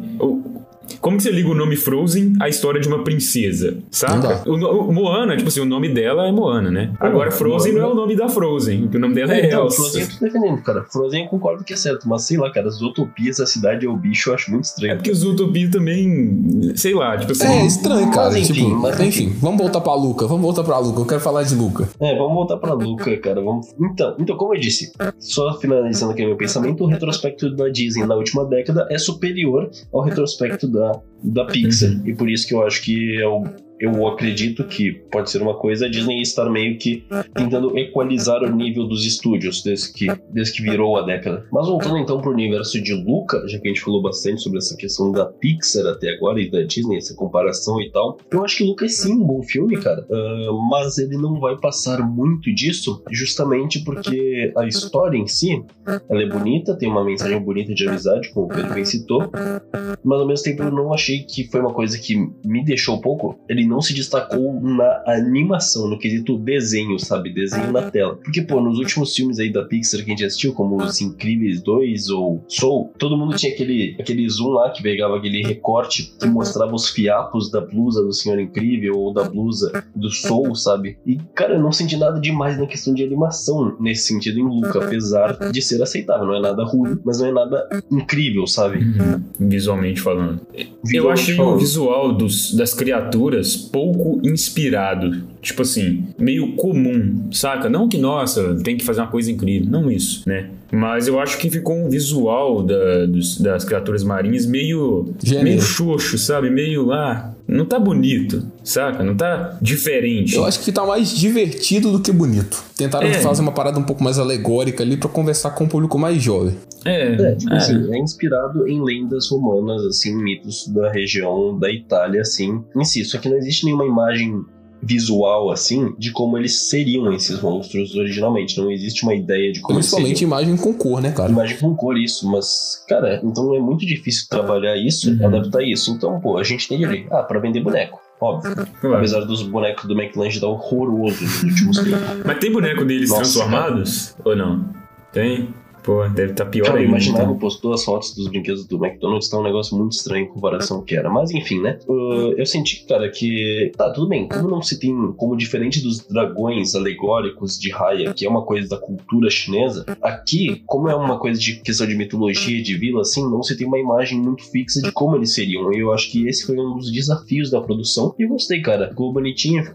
Como que você liga o nome Frozen à história de uma princesa, saca? O Moana, tipo assim, o nome dela é Moana, né? Agora Frozen não é o nome da Frozen, o nome dela é Então, Elsa. Frozen eu tô defendendo, cara. Frozen eu concordo que é certo, mas sei lá, cara, Zootopia, essa cidade é o bicho, eu acho muito estranho. É porque Zootopia também, sei lá, tipo assim... É estranho, cara. Mas enfim, Tipo, mas enfim, vamos voltar pra Luca. Eu quero falar de Luca. Vamos voltar pra Luca, cara. Então, como eu disse, só finalizando aqui meu pensamento, o retrospecto da Disney na última década é superior ao retrospecto da Pixar. E por isso que eu acho que eu acredito que pode ser uma coisa a Disney estar meio que tentando equalizar o nível dos estúdios desde que virou a década. Mas voltando então pro universo de Luca, já que a gente falou bastante sobre essa questão da Pixar até agora e da Disney, essa comparação e tal, eu acho que Luca é sim um bom filme, cara, mas ele não vai passar muito disso justamente porque a história em si, ela é bonita, tem uma mensagem bonita de amizade, como o Pedro bem citou, mas ao mesmo tempo eu não achei que foi uma coisa que me deixou um pouco. Ele não se destacou na animação, no quesito desenho, sabe? Desenho na tela. Porque, pô, nos últimos filmes aí da Pixar que a gente assistiu, como Os Incríveis 2 ou Soul, todo mundo tinha aquele zoom lá que pegava aquele recorte que mostrava os fiapos da blusa do Senhor Incrível ou da blusa do Soul, sabe? E, cara, eu não senti nada demais na questão de animação nesse sentido em Luca, apesar de ser aceitável. Não é nada ruim, mas não é nada incrível, sabe? Visualmente falando. Eu achei o visual das criaturas pouco inspirado. Tipo assim, meio comum, saca? Não que, nossa, tem que fazer uma coisa incrível. Não isso, né? Mas eu acho que ficou um visual das criaturas marinhas meio xoxo, sabe? Meio, não tá bonito, saca? Não tá diferente. Eu acho que tá mais divertido do que bonito. Tentaram fazer uma parada um pouco mais alegórica ali pra conversar com um público mais jovem. Assim, é inspirado em lendas romanas, assim, mitos da região da Itália, assim, em si. Só que não existe nenhuma imagem visual, assim, de como eles seriam esses monstros originalmente. Não existe uma ideia de como eles seriam. Principalmente imagem com cor, né, cara? Imagem com cor, isso. Mas, cara, então é muito difícil trabalhar isso, adaptar isso. Então, pô, a gente tem que ir pra vender boneco. Óbvio. Claro. Apesar dos bonecos do McLange dar horroroso nos últimos tempos. Mas tem boneco deles transformados? Ou não? Tem? Pô, deve estar pior Cara, ainda. o Imaginário Então. postou as fotos dos brinquedos do McDonald's, tá um negócio muito estranho em comparação ao que era. Mas enfim, né? Eu senti, cara, que... Tá, tudo bem. Como não se tem... Como diferente dos dragões alegóricos de Raya, que é uma coisa da cultura chinesa, aqui, como é uma coisa de questão de mitologia, de vila, assim, não se tem uma imagem muito fixa de como eles seriam. E eu acho que esse foi um dos desafios da produção. E eu gostei, cara. Ficou bonitinho,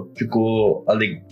ficou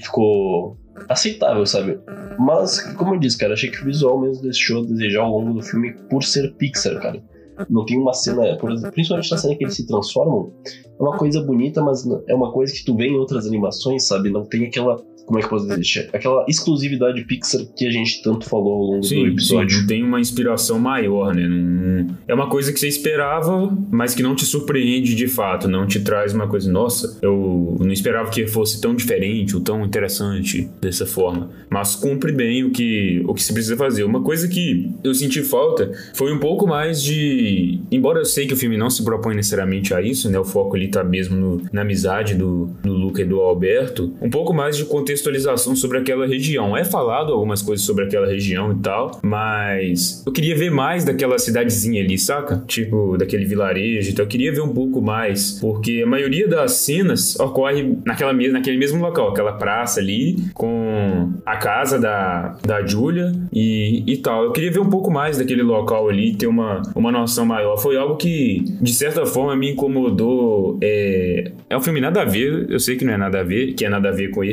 aceitável, sabe? Mas, como eu disse, cara, achei que o visual mesmo deixou a desejar ao longo do filme por ser Pixar, cara. Não tem uma cena, por exemplo, principalmente na cena que eles se transformam, é uma coisa bonita, mas é uma coisa que tu vê em outras animações, sabe? Não tem aquela... Como é que eu posso dizer? Aquela exclusividade Pixar que a gente tanto falou ao longo do episódio. Sim, não tem uma inspiração maior, né? É uma coisa que você esperava, mas que não te surpreende de fato. Não te traz uma coisa, nossa, eu não esperava que fosse tão diferente ou tão interessante dessa forma. Mas cumpre bem o que se precisa fazer. Uma coisa que eu senti falta foi um pouco mais de... Embora eu sei que o filme não se propõe necessariamente a isso, né? O foco ali tá mesmo na amizade do Luca e do Alberto. Um pouco mais de contextualização sobre aquela região. É falado algumas coisas sobre aquela região e tal, mas eu queria ver mais daquela cidadezinha ali, saca? Tipo, daquele vilarejo e tal. Eu queria ver um pouco mais, porque a maioria das cenas ocorre naquele mesmo local, aquela praça ali, com a casa da Julia e tal. Eu queria ver um pouco mais daquele local ali, ter uma noção maior. Foi algo que, de certa forma, me incomodou. É um filme nada a ver, eu sei que não é nada a ver, que é nada a ver com esse, mas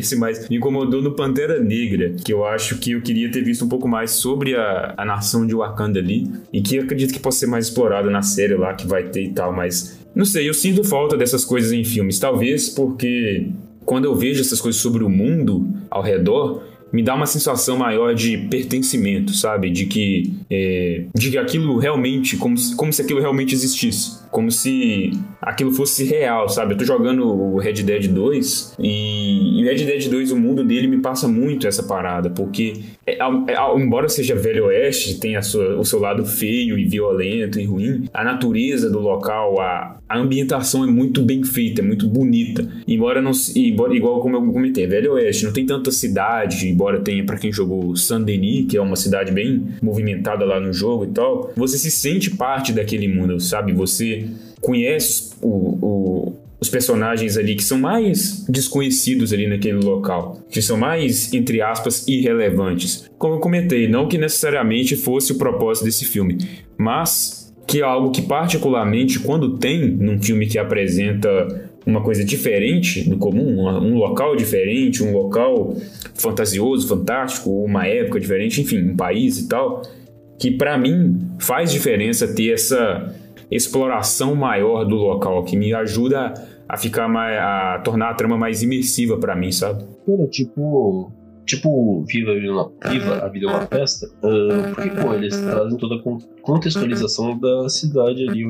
me incomodou no Pantera Negra, que eu acho que eu queria ter visto um pouco mais sobre a nação de Wakanda ali, e que eu acredito que possa ser mais explorado na série lá que vai ter e tal, mas não sei, eu sinto falta dessas coisas em filmes, talvez porque quando eu vejo essas coisas sobre o mundo ao redor, me dá uma sensação maior de pertencimento, sabe? De que aquilo realmente, como se aquilo realmente existisse. Como se aquilo fosse real, sabe? Eu tô jogando o Red Dead 2 e Red Dead 2, o mundo dele me passa muito essa parada, porque embora seja Velho Oeste, tem o seu lado feio e violento e ruim, a natureza do local, a ambientação é muito bem feita, é muito bonita. Embora igual como eu comentei, Velho Oeste, não tem tanta cidade, embora tenha pra quem jogou Saint-Denis, que é uma cidade bem movimentada lá no jogo e tal, você se sente parte daquele mundo, sabe? Você conhece os personagens ali que são mais desconhecidos ali naquele local, que são mais, entre aspas, irrelevantes. Como eu comentei, não que necessariamente fosse o propósito desse filme, mas que é algo que particularmente, quando tem num filme que apresenta uma coisa diferente do comum, um local diferente, um local fantasioso, fantástico, uma época diferente, enfim, um país e tal, que pra mim faz diferença ter essa exploração maior do local, que me ajuda a tornar a trama mais imersiva pra mim, sabe? Cara, tipo Viva a Vida é uma Festa, porque, pô, eles trazem toda a contextualização da cidade ali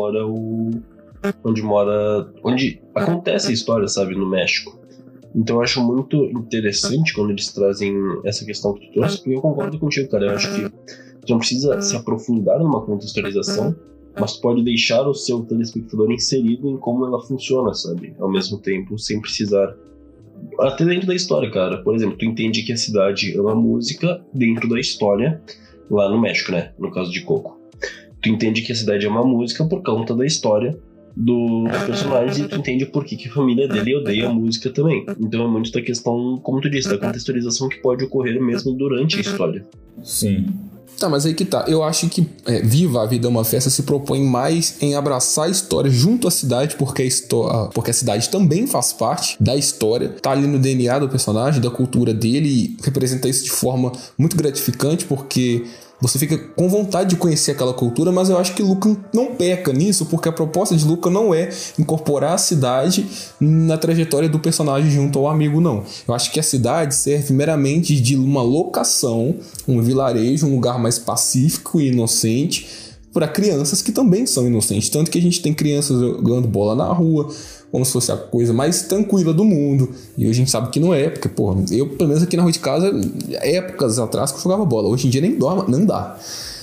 onde acontece a história, sabe, no México. Então eu acho muito interessante quando eles trazem essa questão que tu trouxe, porque eu concordo contigo, cara. Eu acho que tu não precisa se aprofundar numa contextualização, mas tu pode deixar o seu telespectador inserido em como ela funciona, sabe? Ao mesmo tempo, sem precisar... Até dentro da história, cara. Por exemplo, tu entende que a cidade ama música dentro da história, lá no México, né? No caso de Coco. Tu entende que a cidade ama música por conta da história dos personagens, e tu entende por que a família dele odeia a música também. Então é muito da questão, como tu disse, da contextualização que pode ocorrer mesmo durante a história. Sim. Tá, mas aí que tá. Eu acho que Viva a Vida é uma Festa se propõe mais em abraçar a história junto à cidade, porque a cidade também faz parte da história, tá ali no DNA do personagem, da cultura dele, e representa isso de forma muito gratificante, porque você fica com vontade de conhecer aquela cultura, mas eu acho que Luca não peca nisso, porque a proposta de Luca não é incorporar a cidade na trajetória do personagem junto ao amigo, não. Eu acho que a cidade serve meramente de uma locação, um vilarejo, um lugar mais pacífico e inocente para crianças que também são inocentes. Tanto que a gente tem crianças jogando bola na rua, como se fosse a coisa mais tranquila do mundo. E hoje a gente sabe que não é, porque, porra, eu, pelo menos aqui na rua de casa, épocas atrás que eu jogava bola. Hoje em dia nem dorme, não dá.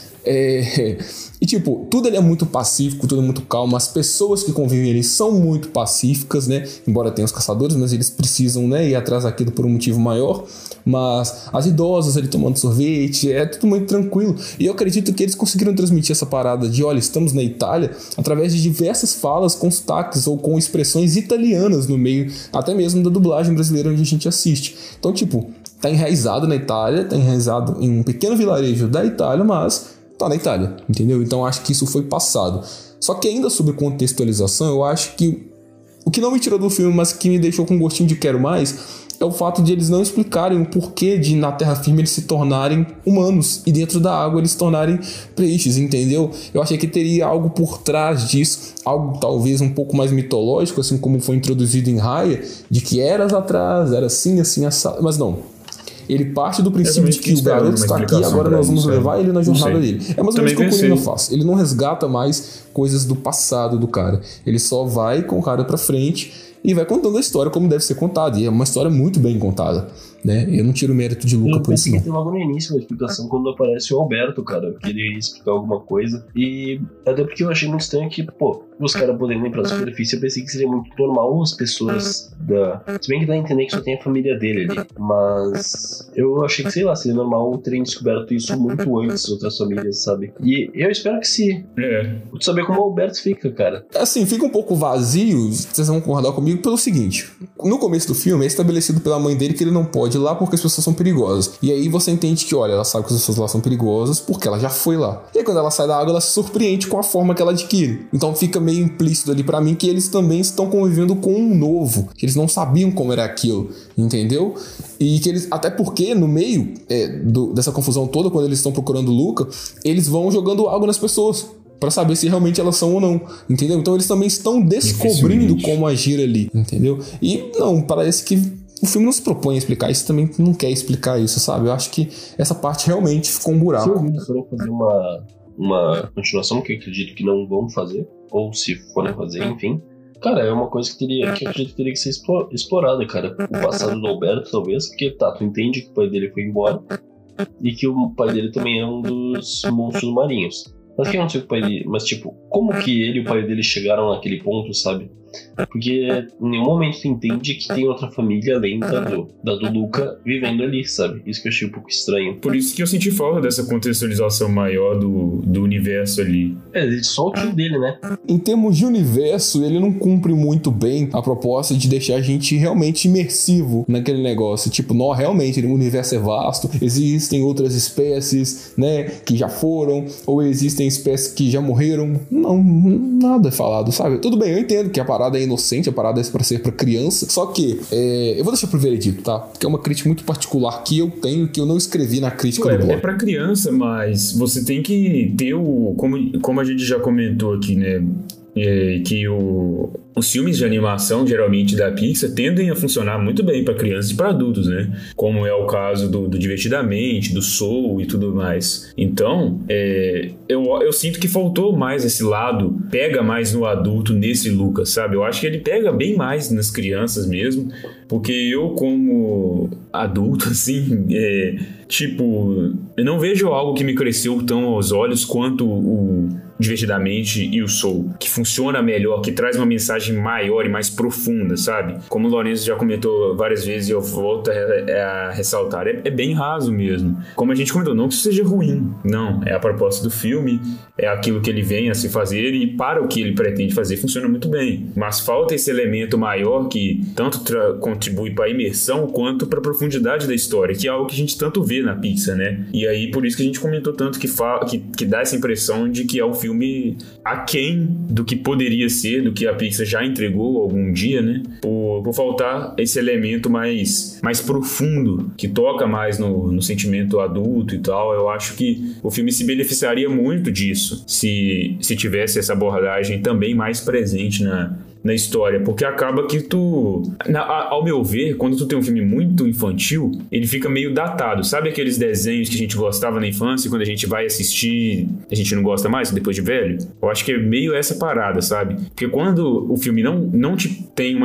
E tipo, tudo ali é muito pacífico, tudo é muito calmo. As pessoas que convivem ali são muito pacíficas, né? Embora tenha os caçadores, mas eles precisam, né, ir atrás daquilo por um motivo maior. Mas as idosas ali tomando sorvete, é tudo muito tranquilo. E eu acredito que eles conseguiram transmitir essa parada de, olha, estamos na Itália, através de diversas falas com sotaques ou com expressões italianas no meio, até mesmo da dublagem brasileira onde a gente assiste. Então, tipo, tá enraizado na Itália, tá enraizado em um pequeno vilarejo da Itália, mas tá na Itália, entendeu? Então acho que isso foi passado. Só que ainda sobre contextualização, eu acho que o que não me tirou do filme, mas que me deixou com um gostinho de quero mais, é o fato de eles não explicarem o porquê de na terra firme eles se tornarem humanos e dentro da água eles se tornarem peixes, entendeu? Eu achei que teria algo por trás disso, algo talvez um pouco mais mitológico, assim como foi introduzido em Raya, de que eras atrás, era assim, assado, mas não. Ele parte do princípio de que o garoto está aqui e agora nós vamos levar ele na jornada dele. É mais ou menos o que o Coringa faz. Ele não resgata mais coisas do passado do cara. Ele só vai com o cara pra frente e vai contando a história como deve ser contada. E é uma história muito bem contada, né? Eu não tiro o mérito de Luca por isso, não. Tem logo no início uma explicação quando aparece o Alberto, cara, que ele ia explicar alguma coisa. E até porque eu achei muito estranho que, pô, os caras poderem ir pra superfície, eu pensei que seria muito normal as pessoas se bem que dá a entender que só tem a família dele ali. Mas eu achei que, sei lá, seria normal terem descoberto isso muito antes outras famílias, sabe? E eu espero que sim. Tu saber como o Alberto fica, cara. Assim, fica um pouco vazio, vocês vão concordar comigo, amigo pelo seguinte: no começo do filme é estabelecido pela mãe dele que ele não pode ir lá porque as pessoas são perigosas. E aí você entende que, olha, ela sabe que as pessoas lá são perigosas porque ela já foi lá. E aí quando ela sai da água, ela se surpreende com a forma que ela adquire. Então fica meio implícito ali pra mim que eles também estão convivendo com um novo, que eles não sabiam como era aquilo, entendeu? E que eles, até porque no meio dessa confusão toda, quando eles estão procurando o Luca, eles vão jogando água nas pessoas pra saber se realmente elas são ou não, entendeu? Então eles também estão descobrindo como agir ali, entendeu? E não, parece que o filme não se propõe a explicar isso, também não quer explicar isso, sabe? Eu acho que essa parte realmente ficou um buraco. Se eles forem fazer uma continuação, que eu acredito que não vão fazer, ou se forem fazer, enfim, cara, é uma coisa que eu acredito que teria que ser explorada, cara. O passado do Alberto, talvez, porque tu entende que o pai dele foi embora e que o pai dele também é um dos monstros marinhos. Mas que eu não sei o pai dele, mas tipo, como que ele e o pai dele chegaram naquele ponto, sabe? Porque em nenhum momento tu entende que tem outra família além da do Luca vivendo ali, sabe? Isso que eu achei um pouco estranho. Por isso que eu senti falta dessa contextualização maior do universo ali. Só o tio dele, né? Em termos de universo, ele não cumpre muito bem a proposta de deixar a gente realmente imersivo naquele negócio. Tipo, não, realmente, o universo é vasto, existem outras espécies, né, que já foram, ou existem espécies que já morreram. Não, nada é falado, sabe? Tudo bem, eu entendo que a parada é inocente, a parada é pra ser pra criança, só que eu vou deixar pro veredito, tá? Porque é uma crítica muito particular que eu tenho, que eu não escrevi na crítica do blog. É pra criança, mas você tem que ter como a gente já comentou aqui, né? Que os filmes de animação, geralmente da Pixar, tendem a funcionar muito bem para crianças e para adultos, né? Como é o caso do Divertidamente, do Soul e tudo mais. Então, eu sinto que faltou mais esse lado, pega mais no adulto nesse Lucas, sabe? Eu acho que ele pega bem mais nas crianças mesmo, porque eu, como adulto, assim, eu não vejo algo que me cresceu tão aos olhos quanto o Divertidamente e o Soul, que funciona melhor, que traz uma mensagem maior e mais profunda, sabe? Como o Lourenço já comentou várias vezes e eu volto a ressaltar, é bem raso mesmo. Como a gente comentou, não que isso seja ruim, não, é a proposta do filme, é aquilo que ele vem a se fazer e para o que ele pretende fazer funciona muito bem, mas falta esse elemento maior que tanto contribui para a imersão quanto para a profundidade da história, que é algo que a gente tanto vê na Pixar, né? E aí por isso que a gente comentou tanto que dá essa impressão de que é um filme aquém do que poderia ser, do que a Pixar já entregou algum dia, né? Por faltar esse elemento mais profundo, que toca mais no sentimento adulto e tal. Eu acho que o filme se beneficiaria muito disso, se tivesse essa abordagem também mais presente na história, porque acaba que ao meu ver, quando tu tem um filme muito infantil, ele fica meio datado. Sabe aqueles desenhos que a gente gostava na infância e quando a gente vai assistir, a gente não gosta mais depois de velho? Eu acho que é meio essa parada, sabe? Porque quando o filme não te tem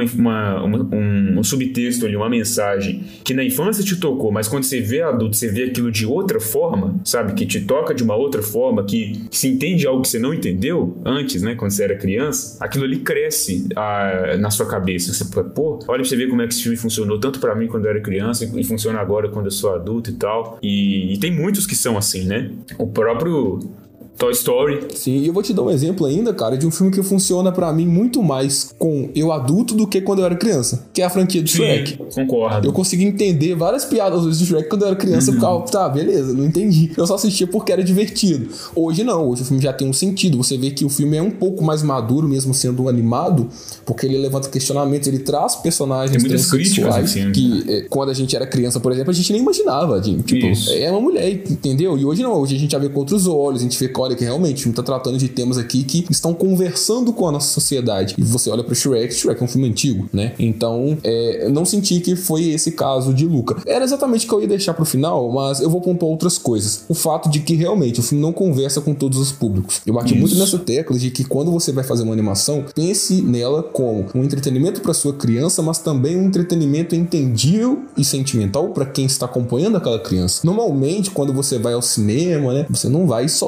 um subtexto ali, uma mensagem que na infância te tocou, mas quando você vê adulto, você vê aquilo de outra forma, sabe? Que te toca de uma outra forma, que se entende algo que você não entendeu antes, né? Quando você era criança, aquilo ali cresce na sua cabeça. Você fala, olha pra você ver como é que esse filme funcionou tanto pra mim quando eu era criança e funciona agora quando eu sou adulto e tal. E tem muitos que são assim, né? O próprio Toy Story. Sim, e eu vou te dar um exemplo ainda, cara, de um filme que funciona pra mim muito mais com eu adulto do que quando eu era criança, que é a franquia de Shrek. Concordo. Eu consegui entender várias piadas do Shrek quando eu era criança, eu ficava, tá, beleza, não entendi. Eu só assistia porque era divertido. Hoje não, hoje o filme já tem um sentido. Você vê que o filme é um pouco mais maduro, mesmo sendo animado, porque ele levanta questionamentos, ele traz personagens transexuais que quando a gente era criança, por exemplo, a gente nem imaginava. Tipo, é uma mulher, entendeu? E hoje não, hoje a gente já vê com outros olhos, a gente vê que realmente o filme tá tratando de temas aqui que estão conversando com a nossa sociedade. E você olha pro Shrek é um filme antigo, né? Então, não senti que foi esse caso de Luca. Era exatamente o que eu ia deixar pro final, mas eu vou pontuar outras coisas. O fato de que realmente o filme não conversa com todos os públicos. Eu bati muito nessa tecla de que quando você vai fazer uma animação, pense nela como um entretenimento para sua criança, mas também um entretenimento entendível e sentimental para quem está acompanhando aquela criança. Normalmente, quando você vai ao cinema, né, você não vai sozinho com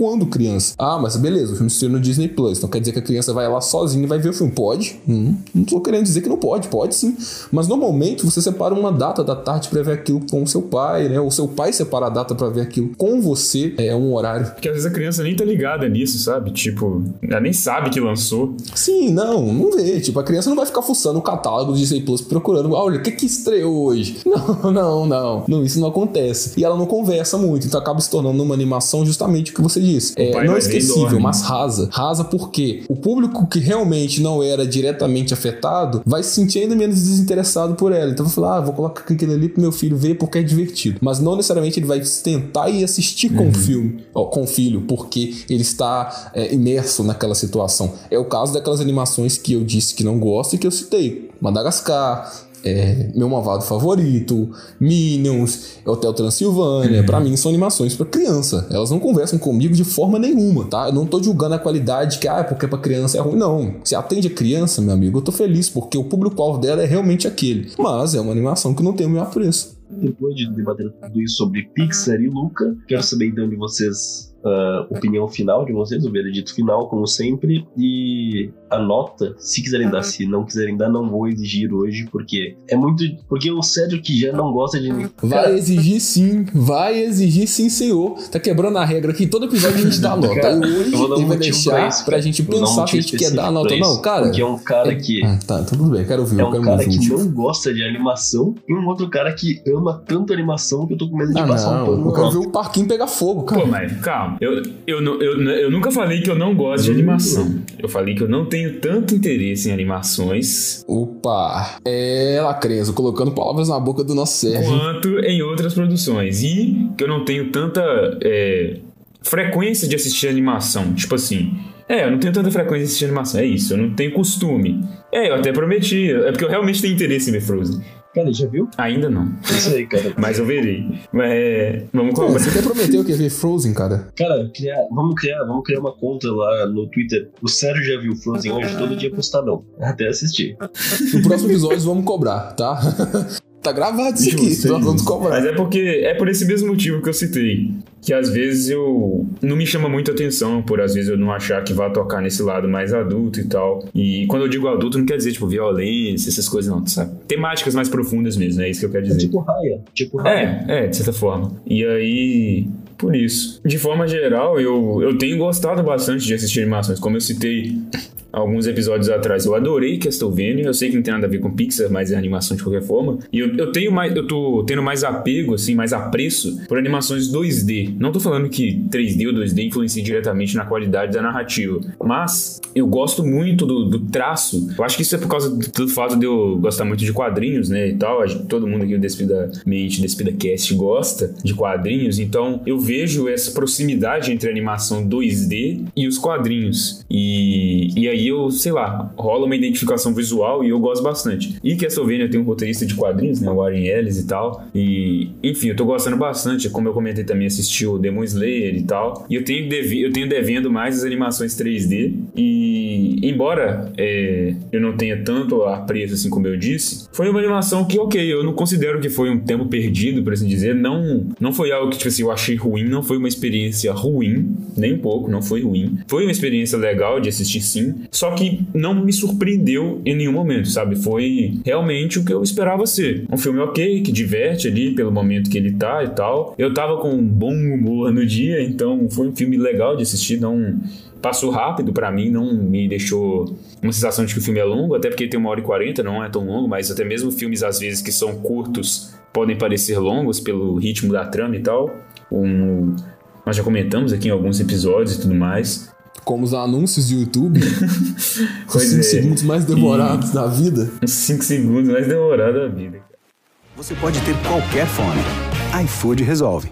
quando criança. Ah, mas beleza, o filme se no Disney Plus, então quer dizer que a criança vai lá sozinha e vai ver o filme? Pode. Não tô querendo dizer que não pode sim. Mas no momento você separa uma data da tarde pra ver aquilo com o seu pai, né? Ou seu pai separa a data pra ver aquilo com você, é um horário. Porque às vezes a criança nem tá ligada nisso, sabe? Tipo, ela nem sabe que lançou. Sim, não vê. Tipo, a criança não vai ficar fuçando o catálogo do Disney Plus procurando, olha, o que estreou hoje? Não, isso não acontece. E ela não conversa muito, então acaba se tornando uma animação justamente o que você disse. Não esquecível, mas rasa. Rasa porque o público que realmente não era diretamente afetado vai se sentir ainda menos desinteressado por ela. Então vai falar, vou colocar aquilo ali pro meu filho ver porque é divertido. Mas não necessariamente ele vai tentar ir assistir com o filme, com o filho, porque ele está imerso naquela situação. É o caso daquelas animações que eu disse que não gosto e que eu citei. Madagascar, Meu Malvado Favorito, Minions, Hotel Transilvânia. Pra mim são animações pra criança. Elas não conversam comigo de forma nenhuma, tá? Eu não tô julgando a qualidade que, porque pra criança é ruim. Não. Se atende a criança, meu amigo, eu tô feliz, porque o público-alvo dela é realmente aquele. Mas é uma animação que não tem o meu apreço. Depois de debater tudo isso sobre Pixar e Luca, quero saber então de vocês opinião final de vocês, o veredito final, como sempre, e a nota, se quiserem dar, se não quiserem dar, não vou exigir hoje, porque é muito. Porque o Cédric que já não gosta de mim. Vai exigir sim, senhor. Tá quebrando a regra aqui, todo episódio a gente dá a nota. Cara, hoje ele vai deixar pra gente pensar que a gente quer dar a nota. Não, cara. Porque é um cara que. Tá, tudo bem, quero ouvir. É um cara que não gosta de animação e um outro cara que ama tanto animação que eu tô com medo de passar um pano. Eu quero ver o parquinho pegar fogo, cara. Pô, mas calma. Eu nunca falei que eu não gosto de animação. Eu falei que eu não tenho tanto interesse em animações. Opa! Lacrenzo, colocando palavras na boca do nosso Sérgio. Quanto em outras produções. E que eu não tenho tanta frequência de assistir animação. Tipo assim... eu não tenho tanta frequência de assistir animação. É isso, eu não tenho costume. Eu até prometi. É porque eu realmente tenho interesse em ver Frozen. Cara, já viu? Ainda não. Isso aí, cara. Mas eu verei. Vamos cobrar. Você até prometeu que ia ver Frozen, cara. Cara, vamos criar uma conta lá no Twitter. O Sérgio já viu Frozen hoje, todo dia postadão. Até assistir. No próximo episódio vamos cobrar, tá? Tá gravado isso aqui, nós vamos cobrar. Mas é por esse mesmo motivo que eu citei. Que às vezes não me chama muito atenção, por às vezes eu não achar que vai tocar nesse lado mais adulto e tal. E quando eu digo adulto, não quer dizer, tipo, violência, essas coisas não, sabe? Temáticas mais profundas mesmo, é isso que eu quero dizer. Tipo Raya. De certa forma. E aí, por isso. De forma geral, eu tenho gostado bastante de assistir animações, como eu citei alguns episódios atrás. Eu adorei Castlevania, eu sei que não tem nada a ver com Pixar, mas é animação de qualquer forma. E eu tô tendo mais apego, assim, mais apreço por animações 2D. Não tô falando que 3D ou 2D influencia diretamente na qualidade da narrativa, mas eu gosto muito do traço. Eu acho que isso é por causa do fato de eu gostar muito de quadrinhos, né, e tal. Todo mundo aqui do Despida Cast gosta de quadrinhos, então eu vejo essa proximidade entre a animação 2D e os quadrinhos. E aí sei lá, rola uma identificação visual e eu gosto bastante. E Castlevania tem um roteirista de quadrinhos, né, o Warren Ellis e tal. E, enfim, eu tô gostando bastante. Como eu comentei também, assisti o Demon Slayer e tal. E eu tenho devendo mais as animações 3D. E, embora eu não tenha tanto apreço, assim como eu disse, foi uma animação que, eu não considero que foi um tempo perdido, por assim dizer. Não foi algo que, tipo assim, eu achei ruim. Não foi uma experiência ruim, nem um pouco, não foi ruim. Foi uma experiência legal de assistir, sim. Só que não me surpreendeu em nenhum momento, sabe? Foi realmente o que eu esperava ser. Um filme que diverte ali pelo momento que ele tá e tal. Eu tava com um bom humor no dia, então foi um filme legal de assistir. Não passou rápido pra mim, não me deixou uma sensação de que o filme é longo, até porque tem 1h40, não é tão longo, mas até mesmo filmes às vezes que são curtos podem parecer longos pelo ritmo da trama e tal. Nós já comentamos aqui em alguns episódios e tudo mais. Como os anúncios de YouTube. Os 5 segundos mais demorados da vida. Os 5 segundos mais demorados da vida. Você pode ter qualquer fone. iFood resolve.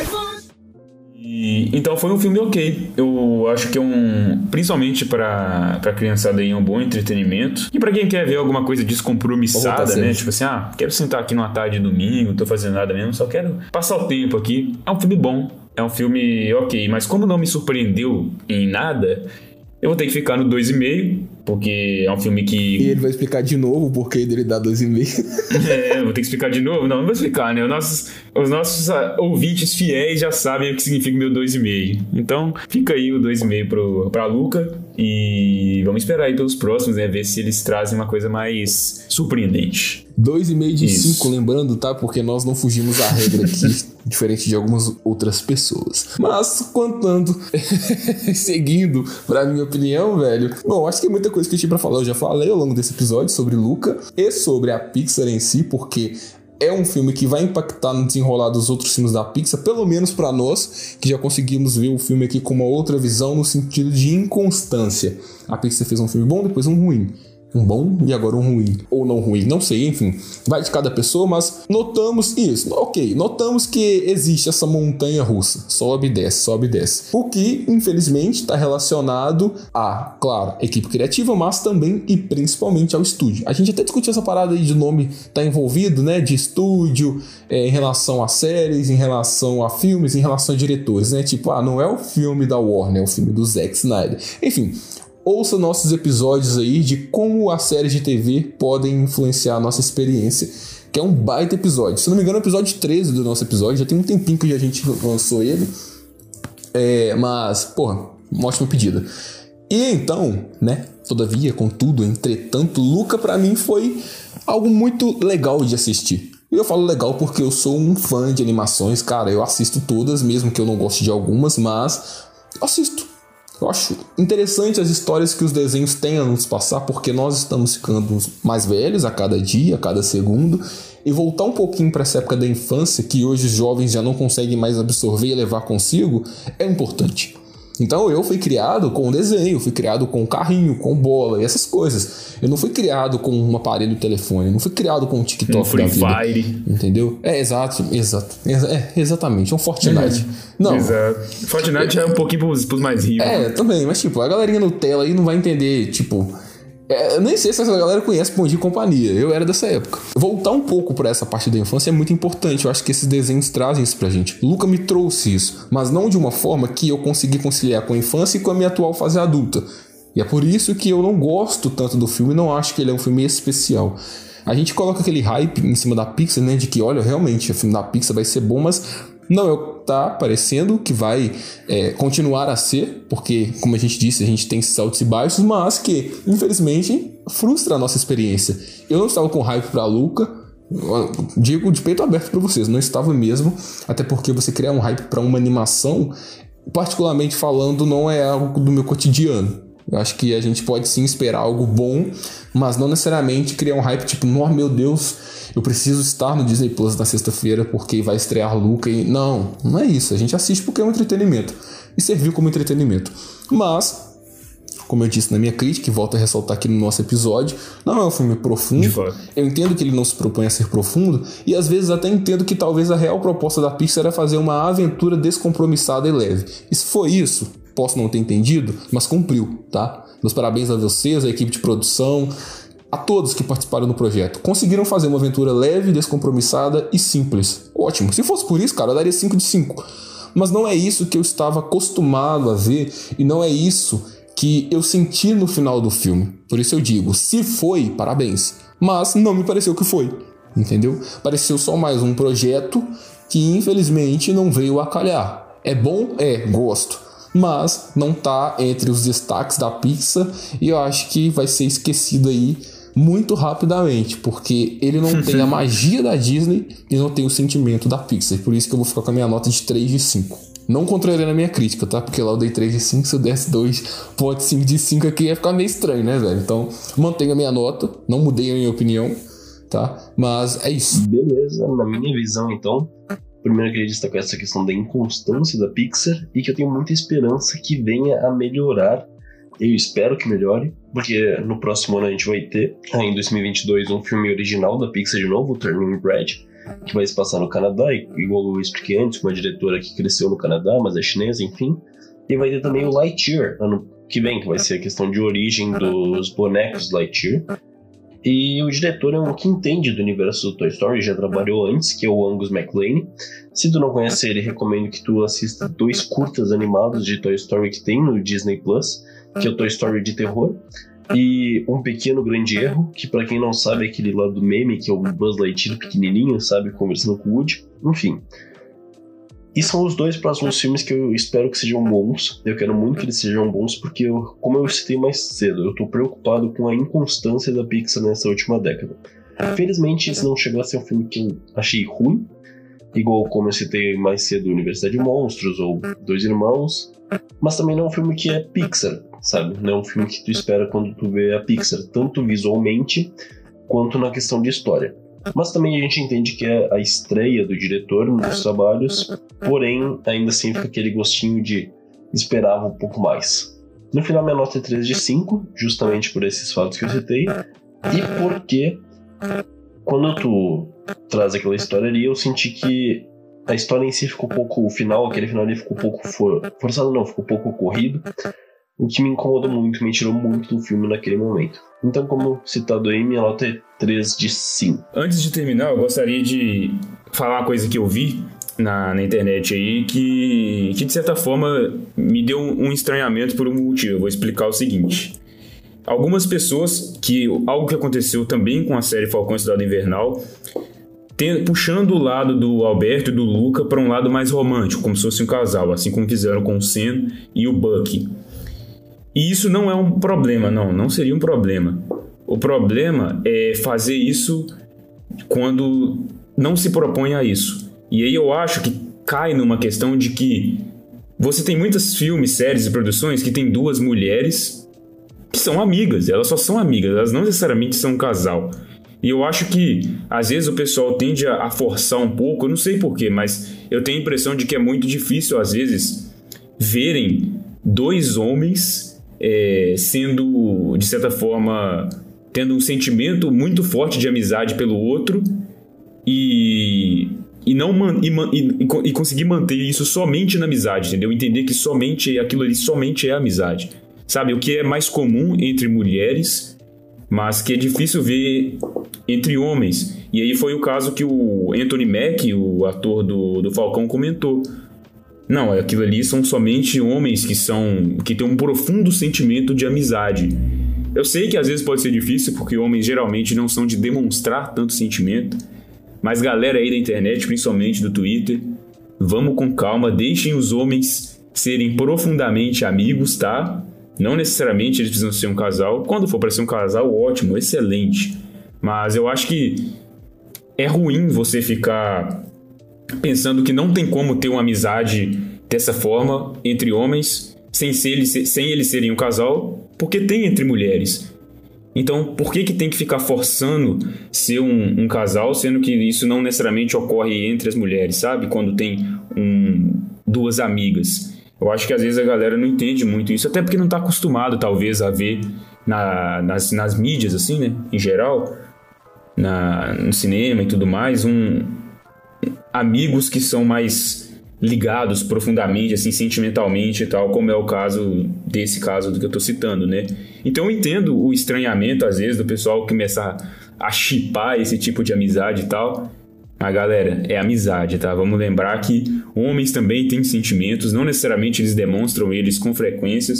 Então foi um filme eu acho que principalmente pra criançada aí, é um bom entretenimento. E pra quem quer ver alguma coisa descompromissada, né? Tipo assim, quero sentar aqui numa tarde de domingo, não tô fazendo nada mesmo, só quero passar o tempo aqui. É um filme bom, é um filme mas como não me surpreendeu em nada, Eu vou ter que ficar no 2,5, porque é um filme que... E ele vai explicar de novo o porquê dele dar 2,5. Eu vou ter que explicar de novo? Não vou explicar, né? Os nossos ouvintes fiéis já sabem o que significa o meu 2,5. Então, fica aí o 2,5 pra Luca e vamos esperar aí pelos próximos, né? Ver se eles trazem uma coisa mais surpreendente. 2,5 de 5, lembrando, tá? Porque nós não fugimos à regra aqui, diferente de algumas outras pessoas. Mas, contando, seguindo pra minha opinião, velho, bom, acho que é muita coisa que eu tinha pra falar. Eu já falei ao longo desse episódio sobre Luca e sobre a Pixar em si, porque é um filme que vai impactar no desenrolar dos outros filmes da Pixar, pelo menos pra nós, que já conseguimos ver o filme aqui com uma outra visão no sentido de inconstância. A Pixar fez um filme bom, depois um ruim. Um bom e agora um ruim. Ou não ruim, não sei, enfim. Vai de cada pessoa, mas notamos isso. Ok, notamos que existe essa montanha russa. Sobe e desce, sobe e desce. O que, infelizmente, está relacionado a, claro, equipe criativa, mas também e principalmente ao estúdio. A gente até discutiu essa parada aí de nome tá envolvido, né? De estúdio, em relação a séries, em relação a filmes, em relação a diretores, né? Tipo, não é o filme da Warner, é o filme do Zack Snyder. Enfim... Ouça nossos episódios aí de como as séries de TV podem influenciar a nossa experiência, que é um baita episódio. Se não me engano, é o episódio 13 do nosso episódio, já tem um tempinho que a gente lançou ele. Mas, porra, uma ótima pedida. E então, né, todavia, contudo, entretanto, Luca pra mim foi algo muito legal de assistir. E eu falo legal porque eu sou um fã de animações, cara, eu assisto todas, mesmo que eu não goste de algumas, mas eu assisto. Eu acho interessante as histórias que os desenhos têm a nos passar, porque nós estamos ficando mais velhos a cada dia, a cada segundo, e voltar um pouquinho para essa época da infância, que hoje os jovens já não conseguem mais absorver e levar consigo, é importante. Então eu fui criado com desenho, fui criado com carrinho, com bola e essas coisas. Eu não fui criado com um aparelho de telefone, eu não fui criado com um TikTok Free da vida. Fire. Entendeu? Exatamente, é um Fortnite. Não. Exato. Fortnite é um pouquinho pros mais ricos. Também, mas tipo, a galerinha Nutella aí não vai entender, tipo... Eu nem sei se essa galera conhece Bom Dia e Companhia. Eu era dessa época. Voltar um pouco pra essa parte da infância é muito importante. Eu acho que esses desenhos trazem isso pra gente. Luca me trouxe isso, mas não de uma forma que eu consegui conciliar com a infância e com a minha atual fase adulta. E é por isso que eu não gosto tanto do filme e não acho que ele é um filme especial. A gente coloca aquele hype em cima da Pixar, né? De que, olha, realmente, o filme da Pixar vai ser bom, mas... Não é o que tá parecendo que vai continuar a ser, porque, como a gente disse, a gente tem esses altos e baixos, mas que, infelizmente, frustra a nossa experiência. Eu não estava com hype pra Luca, digo de peito aberto pra vocês, não estava mesmo, até porque você criar um hype pra uma animação, particularmente falando, não é algo do meu cotidiano. Eu acho que a gente pode sim esperar algo bom, mas não necessariamente criar um hype tipo, oh meu Deus, eu preciso estar no Disney Plus na sexta-feira porque vai estrear Luca e... Não é isso, a gente assiste porque é um entretenimento e serviu como entretenimento. Mas, como eu disse na minha crítica e volto a ressaltar aqui no nosso episódio, não é um filme profundo. Eu entendo que ele não se propõe a ser profundo e às vezes até entendo que talvez a real proposta da Pixar era fazer uma aventura descompromissada e leve. E se for isso, posso não ter entendido, mas cumpriu, tá? Meus parabéns a vocês, a equipe de produção, a todos que participaram do projeto. Conseguiram fazer uma aventura leve, descompromissada e simples. Ótimo. Se fosse por isso, cara, eu daria 5 de 5. Mas não é isso que eu estava acostumado a ver e não é isso que eu senti no final do filme. Por isso eu digo, se foi, parabéns. Mas não me pareceu que foi, entendeu? Pareceu só mais um projeto que infelizmente não veio a calhar. É bom? Gosto. Mas não tá entre os destaques da Pixar e eu acho que vai ser esquecido aí muito rapidamente, porque ele não tem a magia da Disney e não tem o sentimento da Pixar. Por isso que eu vou ficar com a minha nota de 3 de 5. Não contrariando a minha crítica, tá? Porque lá eu dei 3 de 5, se eu desse 2,5 de 5 aqui ia ficar meio estranho, né, velho? Então, mantenho a minha nota, não mudei a minha opinião, tá? Mas é isso. Beleza, na minha visão, então... Primeiro eu queria destacar essa questão da inconstância da Pixar e que eu tenho muita esperança que venha a melhorar. Eu espero que melhore, porque no próximo ano a gente vai ter, em 2022, um filme original da Pixar de novo, o Turning Red, que vai se passar no Canadá, igual eu expliquei antes, com uma diretora que cresceu no Canadá, mas é chinesa, enfim. E vai ter também o Lightyear, ano que vem, que vai ser a questão de origem dos bonecos Lightyear. E o diretor é um que entende do universo do Toy Story, já trabalhou antes, que é o Angus MacLane. Se tu não conhece ele, recomendo que tu assista 2 curtas animados de Toy Story que tem no Disney Plus, que é o Toy Story de terror, e Um Pequeno Grande Erro, que pra quem não sabe é aquele lá do meme, que é o Buzz Lightyear pequenininho, sabe, conversando com o Woody, enfim. E são os 2 próximos filmes que eu espero que sejam bons. Eu quero muito que eles sejam bons, porque, como eu citei mais cedo, eu tô preocupado com a inconstância da Pixar nessa última década. Felizmente, esse não chegou a ser um filme que eu achei ruim, igual como eu citei mais cedo, Universidade de Monstros ou Dois Irmãos, mas também não é um filme que é Pixar, sabe? Não é um filme que tu espera quando tu vê a Pixar, tanto visualmente quanto na questão de história. Mas também a gente entende que é a estreia do diretor nos trabalhos, porém ainda assim fica aquele gostinho de esperava um pouco mais. No final minha nota é 3 de 5, justamente por esses fatos que eu citei, e porque quando tu traz aquela história ali, eu senti que a história em si ficou um pouco, aquele final ali ficou um pouco forçado, não, ficou um pouco corrido, o que me incomodou muito, me tirou muito do filme naquele momento. Então, como citado aí, minha nota é 3 de 5. Antes de terminar, eu gostaria de falar uma coisa que eu vi na internet aí, que de certa forma me deu um estranhamento por um motivo. Eu vou explicar o seguinte. Algumas pessoas, algo que aconteceu também com a série Falcão e Soldado Invernal, puxando o lado do Alberto e do Luca para um lado mais romântico, como se fosse um casal, assim como fizeram com o Sam e o Bucky. E isso não é um problema, não seria um problema. O problema é fazer isso quando não se propõe a isso. E aí eu acho que cai numa questão de que você tem muitos filmes, séries e produções que tem 2 mulheres que são amigas, elas só são amigas, elas não necessariamente são um casal. E eu acho que, às vezes, o pessoal tende a forçar um pouco, eu não sei porquê, mas eu tenho a impressão de que é muito difícil, às vezes, verem 2 homens sendo, de certa forma, tendo um sentimento muito forte de amizade pelo outro e conseguir manter isso somente na amizade, entendeu? Entender que somente aquilo ali somente é amizade. Sabe, o que é mais comum entre mulheres, mas que é difícil ver entre homens. E aí foi o caso que o Anthony Mackie, o ator do Falcão, comentou. Não, aquilo ali são somente homens que têm um profundo sentimento de amizade. Eu sei que às vezes pode ser difícil, porque homens geralmente não são de demonstrar tanto sentimento, mas galera aí da internet, principalmente do Twitter, vamos com calma, deixem os homens serem profundamente amigos, tá? Não necessariamente eles precisam ser um casal. Quando for para ser um casal, ótimo, excelente. Mas eu acho que é ruim você ficar pensando que não tem como ter uma amizade dessa forma entre homens sem eles serem um casal, porque tem entre mulheres. Então, por que tem que ficar forçando ser um casal, sendo que isso não necessariamente ocorre entre as mulheres, sabe? Quando tem 2 amigas. Eu acho que às vezes a galera não entende muito isso, até porque não está acostumado, talvez, a ver nas mídias, assim, né? Em geral, no cinema e tudo mais, amigos que são mais ligados profundamente, assim, sentimentalmente e tal, como é o caso desse caso do que eu tô citando, né? Então eu entendo o estranhamento, às vezes, do pessoal começar a shippar esse tipo de amizade e tal. Mas, galera, é amizade, tá? Vamos lembrar que homens também têm sentimentos, não necessariamente eles demonstram eles com frequência,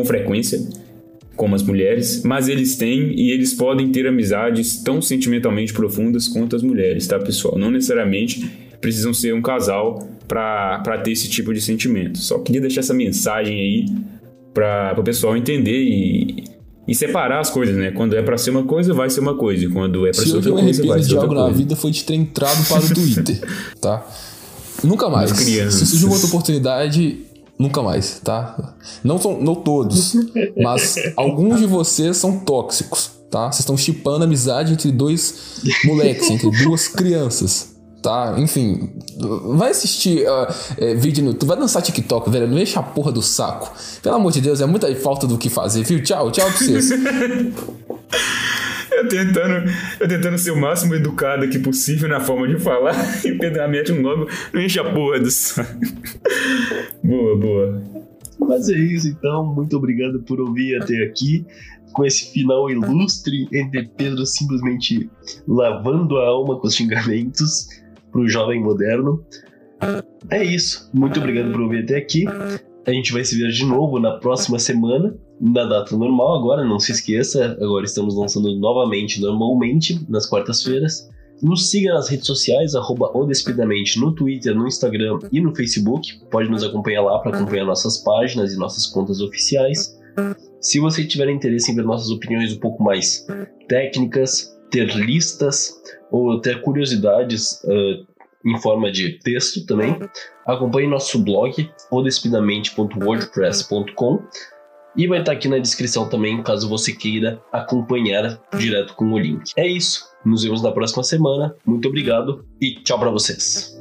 como as mulheres, mas eles têm e eles podem ter amizades tão sentimentalmente profundas quanto as mulheres, tá, pessoal? Não necessariamente precisam ser um casal para ter esse tipo de sentimento. Só queria deixar essa mensagem aí para o pessoal entender e separar as coisas, né? Quando é pra ser uma coisa, vai ser uma coisa. E quando é pra ser outra coisa, vai ser outra coisa. Se eu me arrependo de algo na vida foi de ter entrado para o Twitter, tá? Nunca mais. Se surgir uma outra oportunidade, nunca mais, tá? Não todos, mas alguns de vocês são tóxicos, tá? Vocês estão shippando amizade entre 2 moleques, entre 2 crianças. Tá, enfim, vai assistir vídeo no YouTube, vai dançar TikTok, velho, não enche a porra do saco. Pelo amor de Deus, é muita falta do que fazer, viu? Tchau pra vocês. Eu tentando ser o máximo educado aqui possível na forma de falar e o Pedro mete um nome, não enche a porra do saco. Boa. Mas é isso, então, muito obrigado por ouvir até aqui. Com esse final ilustre entre Pedro simplesmente lavando a alma com os xingamentos pro jovem moderno. É isso. Muito obrigado por ouvir até aqui. A gente vai se ver de novo na próxima semana. na data normal agora, não se esqueça, agora estamos lançando novamente, normalmente, nas quartas-feiras. Nos siga nas redes sociais, @odespidamente, no Twitter, no Instagram e no Facebook. Pode nos acompanhar lá para acompanhar nossas páginas e nossas contas oficiais. Se você tiver interesse em ver nossas opiniões um pouco mais técnicas, ter listas ou ter curiosidades em forma de texto também, acompanhe nosso blog, odespidamente.wordpress.com, e vai estar aqui na descrição também, caso você queira acompanhar direto com o link. É isso, nos vemos na próxima semana, muito obrigado e tchau pra vocês.